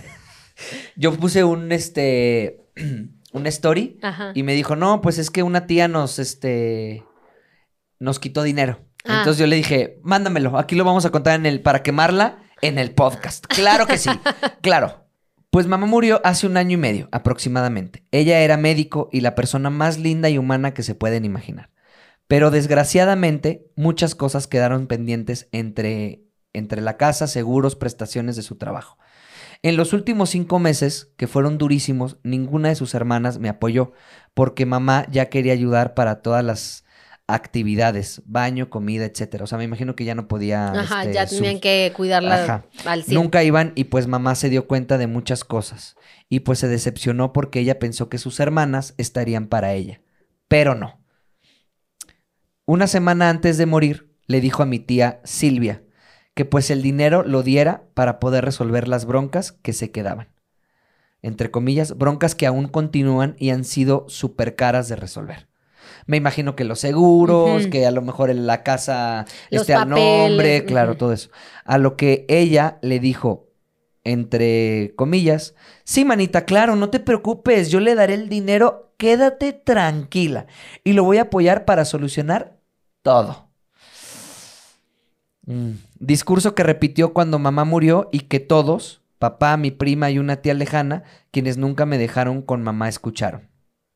Yo puse un, este, un story Ajá. y me dijo, no, pues es que una tía nos, este, nos quitó dinero. Ah. Entonces yo le dije, mándamelo, aquí lo vamos a contar en el, para quemarla en el podcast. Claro que sí, claro. Pues mamá murió hace un año y medio, aproximadamente. Ella era médico y la persona más linda y humana que se pueden imaginar. Pero desgraciadamente, muchas cosas quedaron pendientes entre, entre la casa, seguros, prestaciones de su trabajo. En los últimos cinco meses, que fueron durísimos, ninguna de sus hermanas me apoyó, porque mamá ya quería ayudar para todas las actividades, baño, comida, etcétera. O sea, me imagino que ya no podía... Ajá, este, ya sus- tenían que cuidarla Ajá. al cien. Nunca iban y pues mamá se dio cuenta de muchas cosas. Y pues se decepcionó porque ella pensó que sus hermanas estarían para ella. Pero no. Una semana antes de morir, le dijo a mi tía Silvia que pues el dinero lo diera para poder resolver las broncas que se quedaban. Entre comillas, broncas que aún continúan y han sido súper caras de resolver. Me imagino que los seguros, Ujú. que a lo mejor en la casa Los esté al papeles, nombre, claro, ujú. todo eso. A lo que ella le dijo, entre comillas, sí, manita, claro, no te preocupes, yo le daré el dinero, quédate tranquila y lo voy a apoyar para solucionar todo. Mm. Discurso que repitió cuando mamá murió y que todos, papá, mi prima y una tía lejana, quienes nunca me dejaron con mamá, escucharon.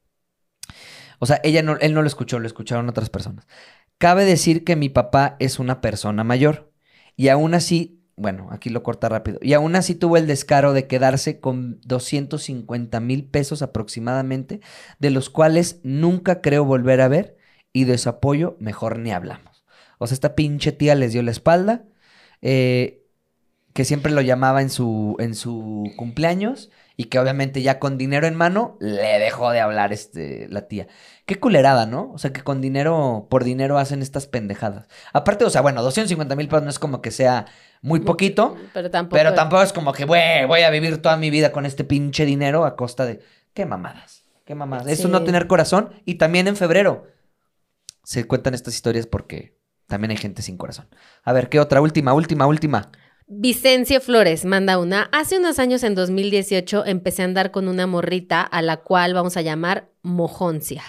O sea, ella no, él no lo escuchó, lo escucharon otras personas. Cabe decir que mi papá es una persona mayor y aún así, bueno, aquí lo corta rápido, y aún así tuvo el descaro de quedarse con doscientos cincuenta mil pesos aproximadamente, de los cuales nunca creo volver a ver y de su apoyo mejor ni hablamos. O sea, esta pinche tía les dio la espalda, eh, que siempre lo llamaba en su, en su cumpleaños y que obviamente ya con dinero en mano le dejó de hablar este, la tía. Qué culerada, ¿no? O sea, que con dinero, por dinero hacen estas pendejadas. Aparte, o sea, bueno, doscientos cincuenta mil pesos no es como que sea muy Mucho, poquito, pero tampoco. pero tampoco es como que, güey, voy a vivir toda mi vida con este pinche dinero a costa de... Qué mamadas, qué mamadas. Eso es no Sí. tener corazón. Y también en febrero se cuentan estas historias porque también hay gente sin corazón. A ver, ¿qué otra? Última, última, última. Vicencio Flores manda una. Hace unos años, en dos mil dieciocho, empecé a andar con una morrita a la cual vamos a llamar Mojoncia.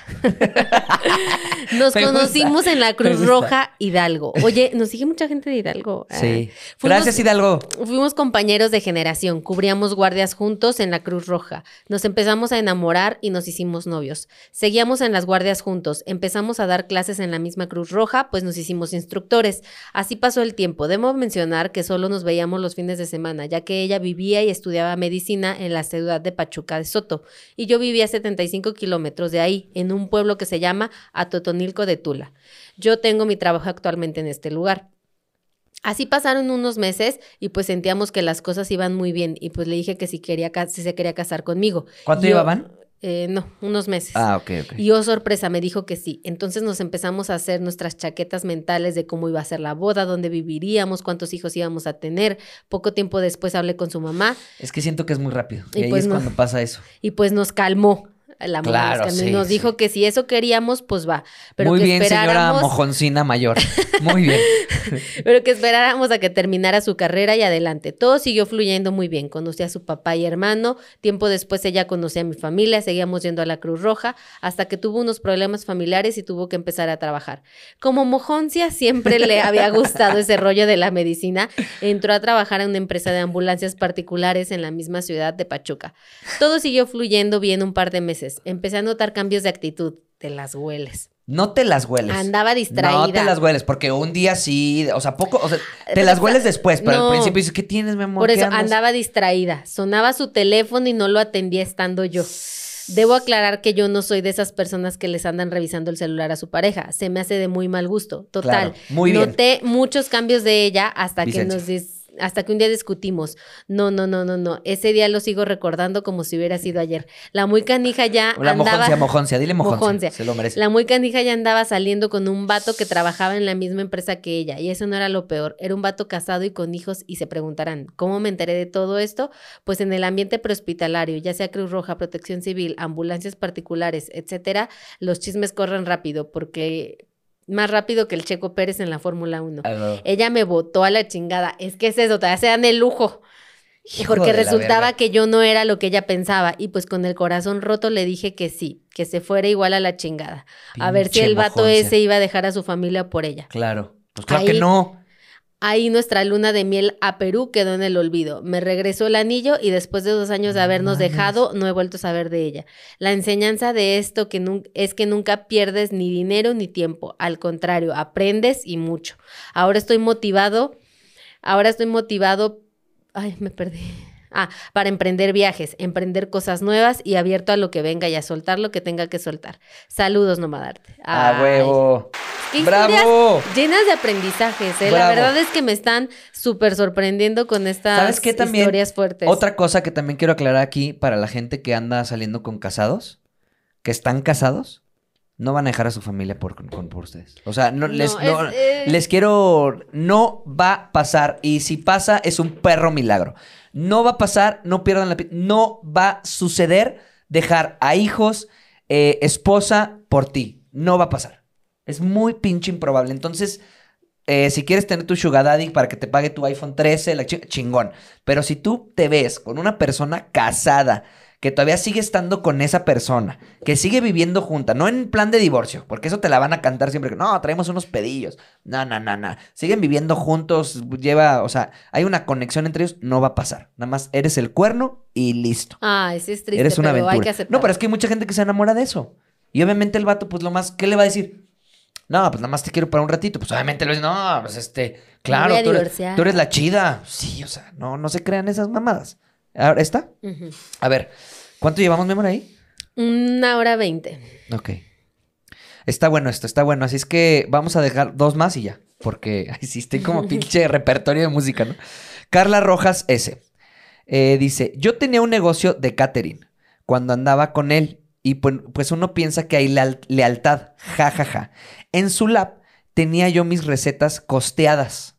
Nos Me gusta, conocimos en la me Cruz gusta. Roja Hidalgo. Oye, nos sigue mucha gente de Hidalgo. Sí. Eh, fuimos- Gracias, Hidalgo. Fuimos compañeros de generación, cubríamos guardias juntos en la Cruz Roja. Nos empezamos a enamorar y nos hicimos novios. Seguíamos en las guardias juntos, empezamos a dar clases en la misma Cruz Roja, pues nos hicimos instructores. Así pasó el tiempo. Debo mencionar que solo nos veíamos los fines de semana, ya que ella vivía y estudiaba medicina en la ciudad de Pachuca de Soto, y yo vivía a setenta y cinco kilómetros de ahí, en un pueblo que se llama Atotonilco de Tula. Yo tengo mi trabajo actualmente en este lugar. Así pasaron unos meses y pues sentíamos que las cosas iban muy bien y pues le dije que si quería ca- si se quería casar conmigo. ¿Cuánto Y yo- llevaban? Eh, no, unos meses. Ah, ok, ok. Y oh, sorpresa, me dijo que sí. Entonces nos empezamos a hacer nuestras chaquetas mentales de cómo iba a ser la boda, dónde viviríamos, cuántos hijos íbamos a tener. Poco tiempo después hablé con su mamá Es que siento que es muy rápido. Y, Y ahí pues es no. cuando pasa eso. y pues nos calmó. La mamá Claro, nos calmó y sí, nos sí. dijo que si eso queríamos, pues va. Pero Muy que bien, señora esperáramos, mojoncina mayor. Muy bien. pero que esperáramos a que terminara su carrera y adelante. Todo siguió fluyendo muy bien. Conocí a su papá y hermano. Tiempo después ella conocía a mi familia. Seguíamos yendo a la Cruz Roja hasta que tuvo unos problemas familiares y tuvo que empezar a trabajar. Como mojoncia siempre le había gustado ese rollo de la medicina, entró a trabajar en una empresa de ambulancias particulares en la misma ciudad de Pachuca. Todo siguió fluyendo bien un par de meses. Empecé a notar cambios de actitud. Te las hueles. No te las hueles. Andaba distraída. No te las hueles, porque un día sí, o sea, poco, o sea, te Pero las está- hueles después, pero no. al principio dices, ¿qué tienes, mi amor? Por ¿Qué eso andas? andaba distraída. Sonaba su teléfono y no lo atendía estando yo. Debo aclarar que yo no soy de esas personas que les andan revisando el celular a su pareja. Se me hace de muy mal gusto. Total. Claro, muy bien. Noté muchos cambios de ella hasta que Vicencia. nos dis- hasta que un día discutimos. No, no, no, no, no. Ese día lo sigo recordando como si hubiera sido ayer. La muy canija ya La andaba... mojoncia, mojoncia, dile mojoncia. Mojoncia. Se lo merece. La muy canija ya andaba saliendo con un vato que trabajaba en la misma empresa que ella, y eso no era lo peor. Era un vato casado y con hijos, y se preguntarán, ¿cómo me enteré de todo esto? Pues en el ambiente prehospitalario, ya sea Cruz Roja, Protección Civil, ambulancias particulares, etcétera, los chismes corren rápido, porque más rápido que el Checo Pérez en la Fórmula uno. Ah, no. Ella me botó a la chingada. Es que es eso, todavía se dan el lujo. Hijo Porque de la resultaba verga. que yo no era lo que ella pensaba. Y pues con el corazón roto le dije que sí, que se fuera igual a la chingada. A ver si Pinche el vato mojoncia. ese iba a dejar a su familia por ella. Claro. Pues claro Ahí- que no. Ahí nuestra luna de miel a Perú quedó en el olvido. Me regresó el anillo y después de dos años de No habernos mames. dejado, no he vuelto a saber de ella. La enseñanza de esto que nun- es que nunca pierdes ni dinero ni tiempo. Al contrario, aprendes y mucho. Ahora estoy motivado, ahora estoy motivado, ay, me perdí. Ah, para emprender viajes, emprender cosas nuevas y abierto a lo que venga y a soltar lo que tenga que soltar. Saludos, Nomadarte. A Ay. huevo. Qué historias ¡Bravo! llenas de aprendizajes, ¿eh? La Bravo. verdad es que me están súper sorprendiendo con estas ¿Sabes qué también? historias fuertes. Otra cosa que también quiero aclarar aquí para la gente que anda saliendo con casados, que están casados, no van a dejar a su familia por, con- por ustedes. O sea, no, No, les, es, no- eh, les quiero... No va a pasar. Y si pasa, es un perro milagro. No va a pasar, no pierdan la... pi- No va a suceder dejar a hijos, eh, esposa, por ti. No va a pasar. Es muy pinche improbable. Entonces, eh, si quieres tener tu sugar daddy para que te pague tu iPhone trece, la ch- chingón. Pero si tú te ves con una persona casada, que todavía sigue estando con esa persona, que sigue viviendo junta, no en plan de divorcio, porque eso te la van a cantar siempre que, no, traemos unos pedillos. No, no, no, no. Siguen viviendo juntos, lleva, o sea, hay una conexión entre ellos, no va a pasar. Nada más eres el cuerno y listo. Ay, sí es triste, Eres una pero aventura. hay que aceptarlo. No, pero es que hay mucha gente que se enamora de eso. Y obviamente el vato, pues lo más, ¿qué le va a decir? No, pues nada más te quiero para un ratito. Pues obviamente le dice, no, pues este, claro, voy a tú eres, divorciar. tú eres la chida. Sí, o sea, no, no se crean esas mamadas. ¿Ahora está? Ujú. A ver, ¿cuánto llevamos, mi amor, ahí? Una hora veinte. Ok. Está bueno esto, está bueno. Así es que vamos a dejar dos más y ya. Porque, ay, sí, estoy como pinche repertorio de música, ¿no? Carla Rojas S. Eh, dice, yo tenía un negocio de catering cuando andaba con él y pues, pues uno piensa que hay leal- lealtad, ja, ja, ja. En su lab tenía yo mis recetas costeadas.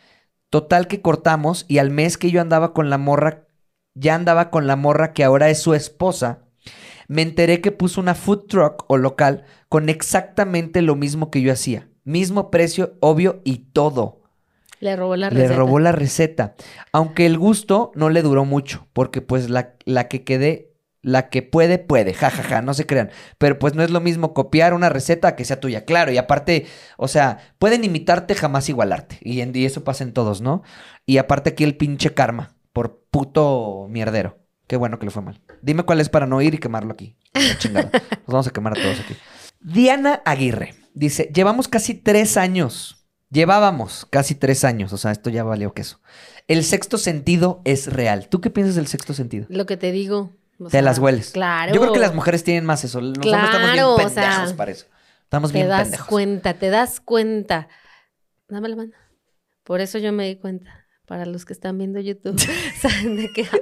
Total que cortamos y al mes que yo andaba con la morra, ya andaba con la morra que ahora es su esposa, me enteré que puso una food truck o local con exactamente lo mismo que yo hacía. Mismo precio, obvio, y todo. Le robó la Le receta. robó la receta. Aunque el gusto no le duró mucho, porque pues la, la que quedé, la que puede, puede, jajaja, ja, ja, no se crean. Pero pues no es lo mismo copiar una receta a que sea tuya, claro. Y aparte, o sea, pueden imitarte, jamás igualarte. Y, en- y eso pasa en todos, ¿no? Y aparte aquí el pinche karma, por puto mierdero. Qué bueno que le fue mal. Dime cuál es para no ir y quemarlo aquí. La chingada. Nos vamos a quemar a todos aquí. Diana Aguirre dice, llevamos casi tres años. Llevábamos casi tres años, o sea, esto ya valió queso. El sexto sentido es real. ¿Tú qué piensas del sexto sentido? Lo que te digo. o Te sea, las hueles. Claro. Yo creo que las mujeres tienen más eso. Los hombres estamos bien Claro, o pendejos sea, para eso. Estamos Te bien das pendejos. cuenta, te das cuenta. Dame la mano. Por eso yo me di cuenta. Para los que están viendo YouTube, saben de qué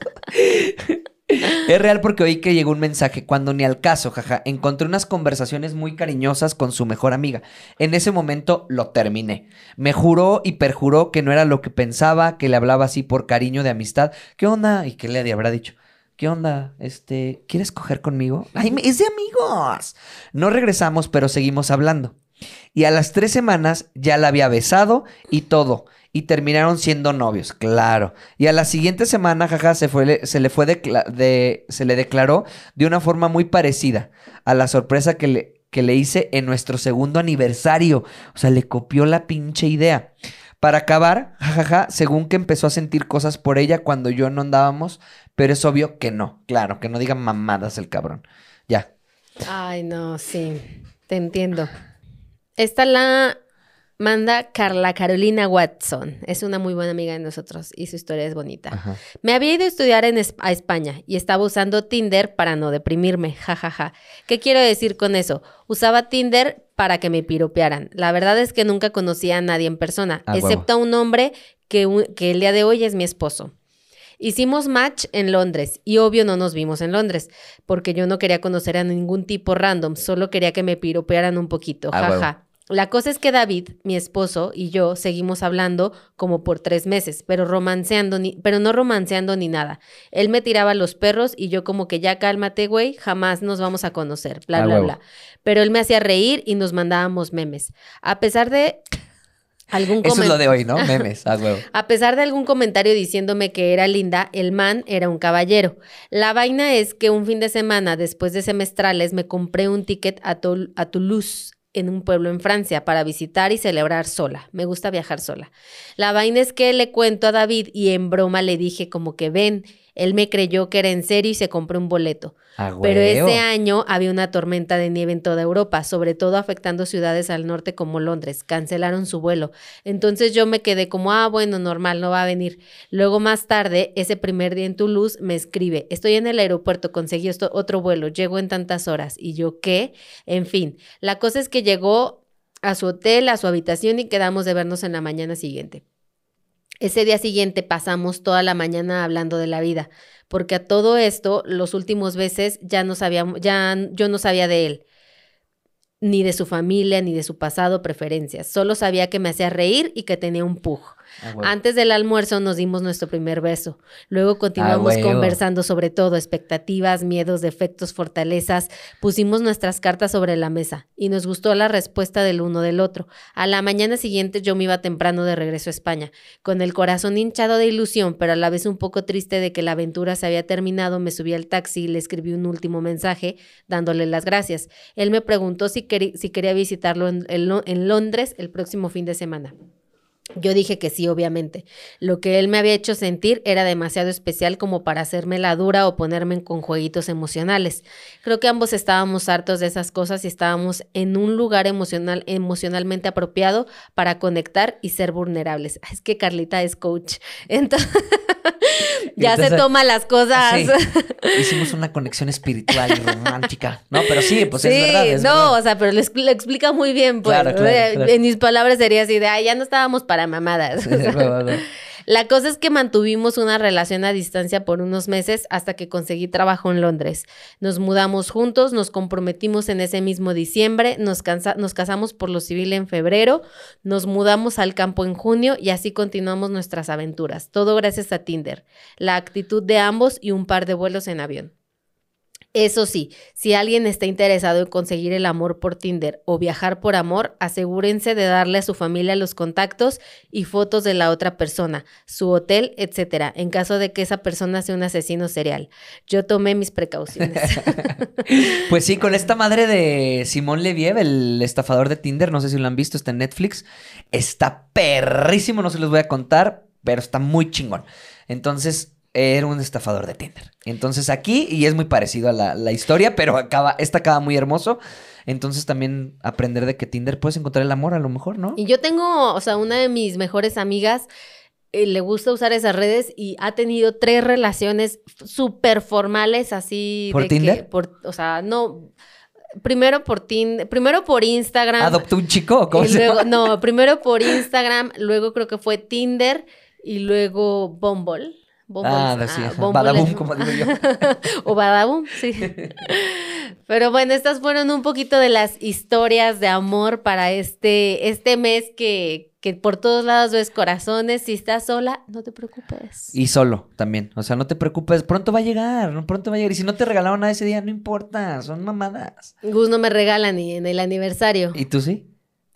hablo. Es real porque oí que llegó un mensaje cuando ni al caso, jaja. Encontré unas conversaciones muy cariñosas con su mejor amiga. En ese momento lo terminé. Me juró y perjuró que no era lo que pensaba, que le hablaba así por cariño de amistad. ¿Qué onda? ¿Y qué le habrá dicho? ¿Qué onda? Este, ¿quieres coger conmigo? Ay, me- es de amigos. No regresamos, pero seguimos hablando. Y a las tres semanas ya la había besado y todo. Y terminaron siendo novios, claro. Y a la siguiente semana, jaja, se, fue, se le fue decla- de, se le declaró de una forma muy parecida a la sorpresa que le, que le hice en nuestro segundo aniversario. O sea, le copió la pinche idea. Para acabar, jajaja, según que empezó a sentir cosas por ella cuando yo no andábamos, pero es obvio que no. Claro, que no diga mamadas el cabrón. Ya. Ay, no, sí. Te entiendo. Esta la manda Carla Carolina Watson. Es una muy buena amiga de nosotros y su historia es bonita. Ajá. Me había ido a estudiar en es- a España y estaba usando Tinder para no deprimirme. jajaja. Ja, ja. ¿Qué quiero decir con eso? Usaba Tinder para que me piropearan. La verdad es que nunca conocía a nadie en persona, Ah, excepto a un hombre que, un- que el día de hoy es mi esposo. Hicimos match en Londres y obvio no nos vimos en Londres porque yo no quería conocer a ningún tipo random, solo quería que me piropearan un poquito, Ah, jaja. huevo. La cosa es que David, mi esposo, y yo seguimos hablando como por tres meses, pero romanceando ni, pero no romanceando ni nada. Él me tiraba los perros y yo como que ya cálmate, güey, jamás nos vamos a conocer, bla, Ah, bla, huevo. bla. Pero él me hacía reír y nos mandábamos memes. A pesar de algún Eso es comen- lo de hoy, ¿no? Memes, ah, huevo. A pesar de algún comentario diciéndome que era linda, el man era un caballero. La vaina es que un fin de semana después de semestrales me compré un ticket a, Tol- a Toulouse, en un pueblo en Francia, para visitar y celebrar sola. Me gusta viajar sola. La vaina es que le cuento a David y en broma le dije como que ven, él me creyó que era en serio y se compró un boleto. Ah, huevo. Pero ese año había una tormenta de nieve en toda Europa, sobre todo afectando ciudades al norte como Londres. Cancelaron su vuelo. Entonces yo me quedé como, ah, bueno, normal, no va a venir. Luego más tarde, ese primer día en Toulouse, me escribe, estoy en el aeropuerto, conseguí esto, otro vuelo, llego en tantas horas. Y yo, ¿qué? En fin, la cosa es que llegó a su hotel, a su habitación y quedamos de vernos en la mañana siguiente. Ese día siguiente pasamos toda la mañana hablando de la vida, porque a todo esto, los últimos veces ya no sabíamos, ya yo no sabía de él, ni de su familia, ni de su pasado, preferencias. Solo sabía que me hacía reír y que tenía un pug. Ah, huevo. Antes del almuerzo nos dimos nuestro primer beso. Luego continuamos Ah, huevo. conversando sobre todo, expectativas, miedos, defectos, fortalezas. Pusimos nuestras cartas sobre la mesa y nos gustó la respuesta del uno del otro. A la mañana siguiente yo me iba temprano de regreso a España, con el corazón hinchado de ilusión, pero a la vez un poco triste de que la aventura se había terminado. Me subí al taxi y le escribí un último mensaje dándole las gracias. Él me preguntó si, querí, si quería visitarlo en, en, en Londres el próximo fin de semana. Yo dije que sí, obviamente. Lo que él me había hecho sentir era demasiado especial como para hacerme la dura o ponerme con jueguitos emocionales. Creo que ambos estábamos hartos de esas cosas y estábamos en un lugar emocional, emocionalmente apropiado para conectar y ser vulnerables. Es que Carlita es coach. Entonces, ya Entonces, se toma las cosas. Sí, hicimos una conexión espiritual y romántica. No, pero sí, pues sí, es verdad. Es no, verdad. o sea, pero lo, lo explica muy bien, pues. Claro, claro, claro. En mis palabras sería así de, ay, ya no estábamos para mamadas. Sí, no, no, no. La cosa es que mantuvimos una relación a distancia por unos meses hasta que conseguí trabajo en Londres. Nos mudamos juntos, nos comprometimos en ese mismo diciembre, nos, cansa- nos casamos por lo civil en febrero, nos mudamos al campo en junio y así continuamos nuestras aventuras. Todo gracias a Tinder, la actitud de ambos y un par de vuelos en avión. Eso sí, si alguien está interesado en conseguir el amor por Tinder o viajar por amor, asegúrense de darle a su familia los contactos y fotos de la otra persona, su hotel, etcétera, en caso de que esa persona sea un asesino serial. Yo tomé mis precauciones. Pues sí, con esta madre de Simón Leviev, el estafador de Tinder, no sé si lo han visto, está en Netflix. Está perrísimo, no se los voy a contar, pero está muy chingón. Entonces, era un estafador de Tinder. Entonces aquí, y es muy parecido a la, la historia, pero acaba, esta acaba muy hermoso. Entonces también aprender de que Tinder puedes encontrar el amor a lo mejor, ¿no? Y yo tengo, o sea, una de mis mejores amigas eh, le gusta usar esas redes y ha tenido tres relaciones súper formales así. ¿Por de Tinder? Que, por, o sea, no... Primero por Tinder, primero por Instagram. ¿Adoptó un chico o cómo y se luego, llama? No, primero por Instagram, luego creo que fue Tinder y luego Bumble. Bumble Ah, es- sí, ah, ajá. Bumble Badaboom, es- como digo yo. o Badaboom, sí. Pero bueno, estas fueron un poquito de las historias de amor para este, este mes que, que por todos lados ves corazones. Si estás sola, no te preocupes. Y solo también. O sea, no te preocupes. Pronto va a llegar. ¿no? Pronto va a llegar. Y si no te regalaron nada ese día, no importa. Son mamadas. Gus no me regala ni en el aniversario. ¿Y tú sí?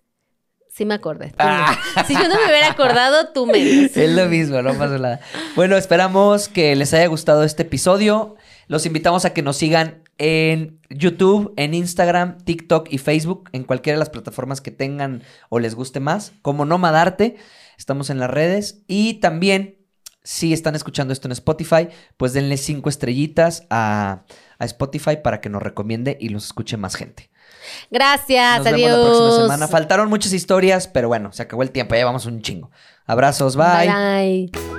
Sí me acordé. Tú Ah. no. Si yo no me hubiera acordado, tú menos. Es lo mismo, no pasa nada. Bueno, esperamos que les haya gustado este episodio. Los invitamos a que nos sigan en YouTube, en Instagram, TikTok y Facebook, en cualquiera de las plataformas que tengan o les guste más, como Nomadarte. Estamos en las redes. Y también, si están escuchando esto en Spotify, pues denle cinco estrellitas a, a Spotify para que nos recomiende y los escuche más gente. Gracias, Nos adiós. vemos la próxima semana. Faltaron muchas historias, pero bueno, se acabó el tiempo. Ya llevamos un chingo. Abrazos, bye. Bye. Bye.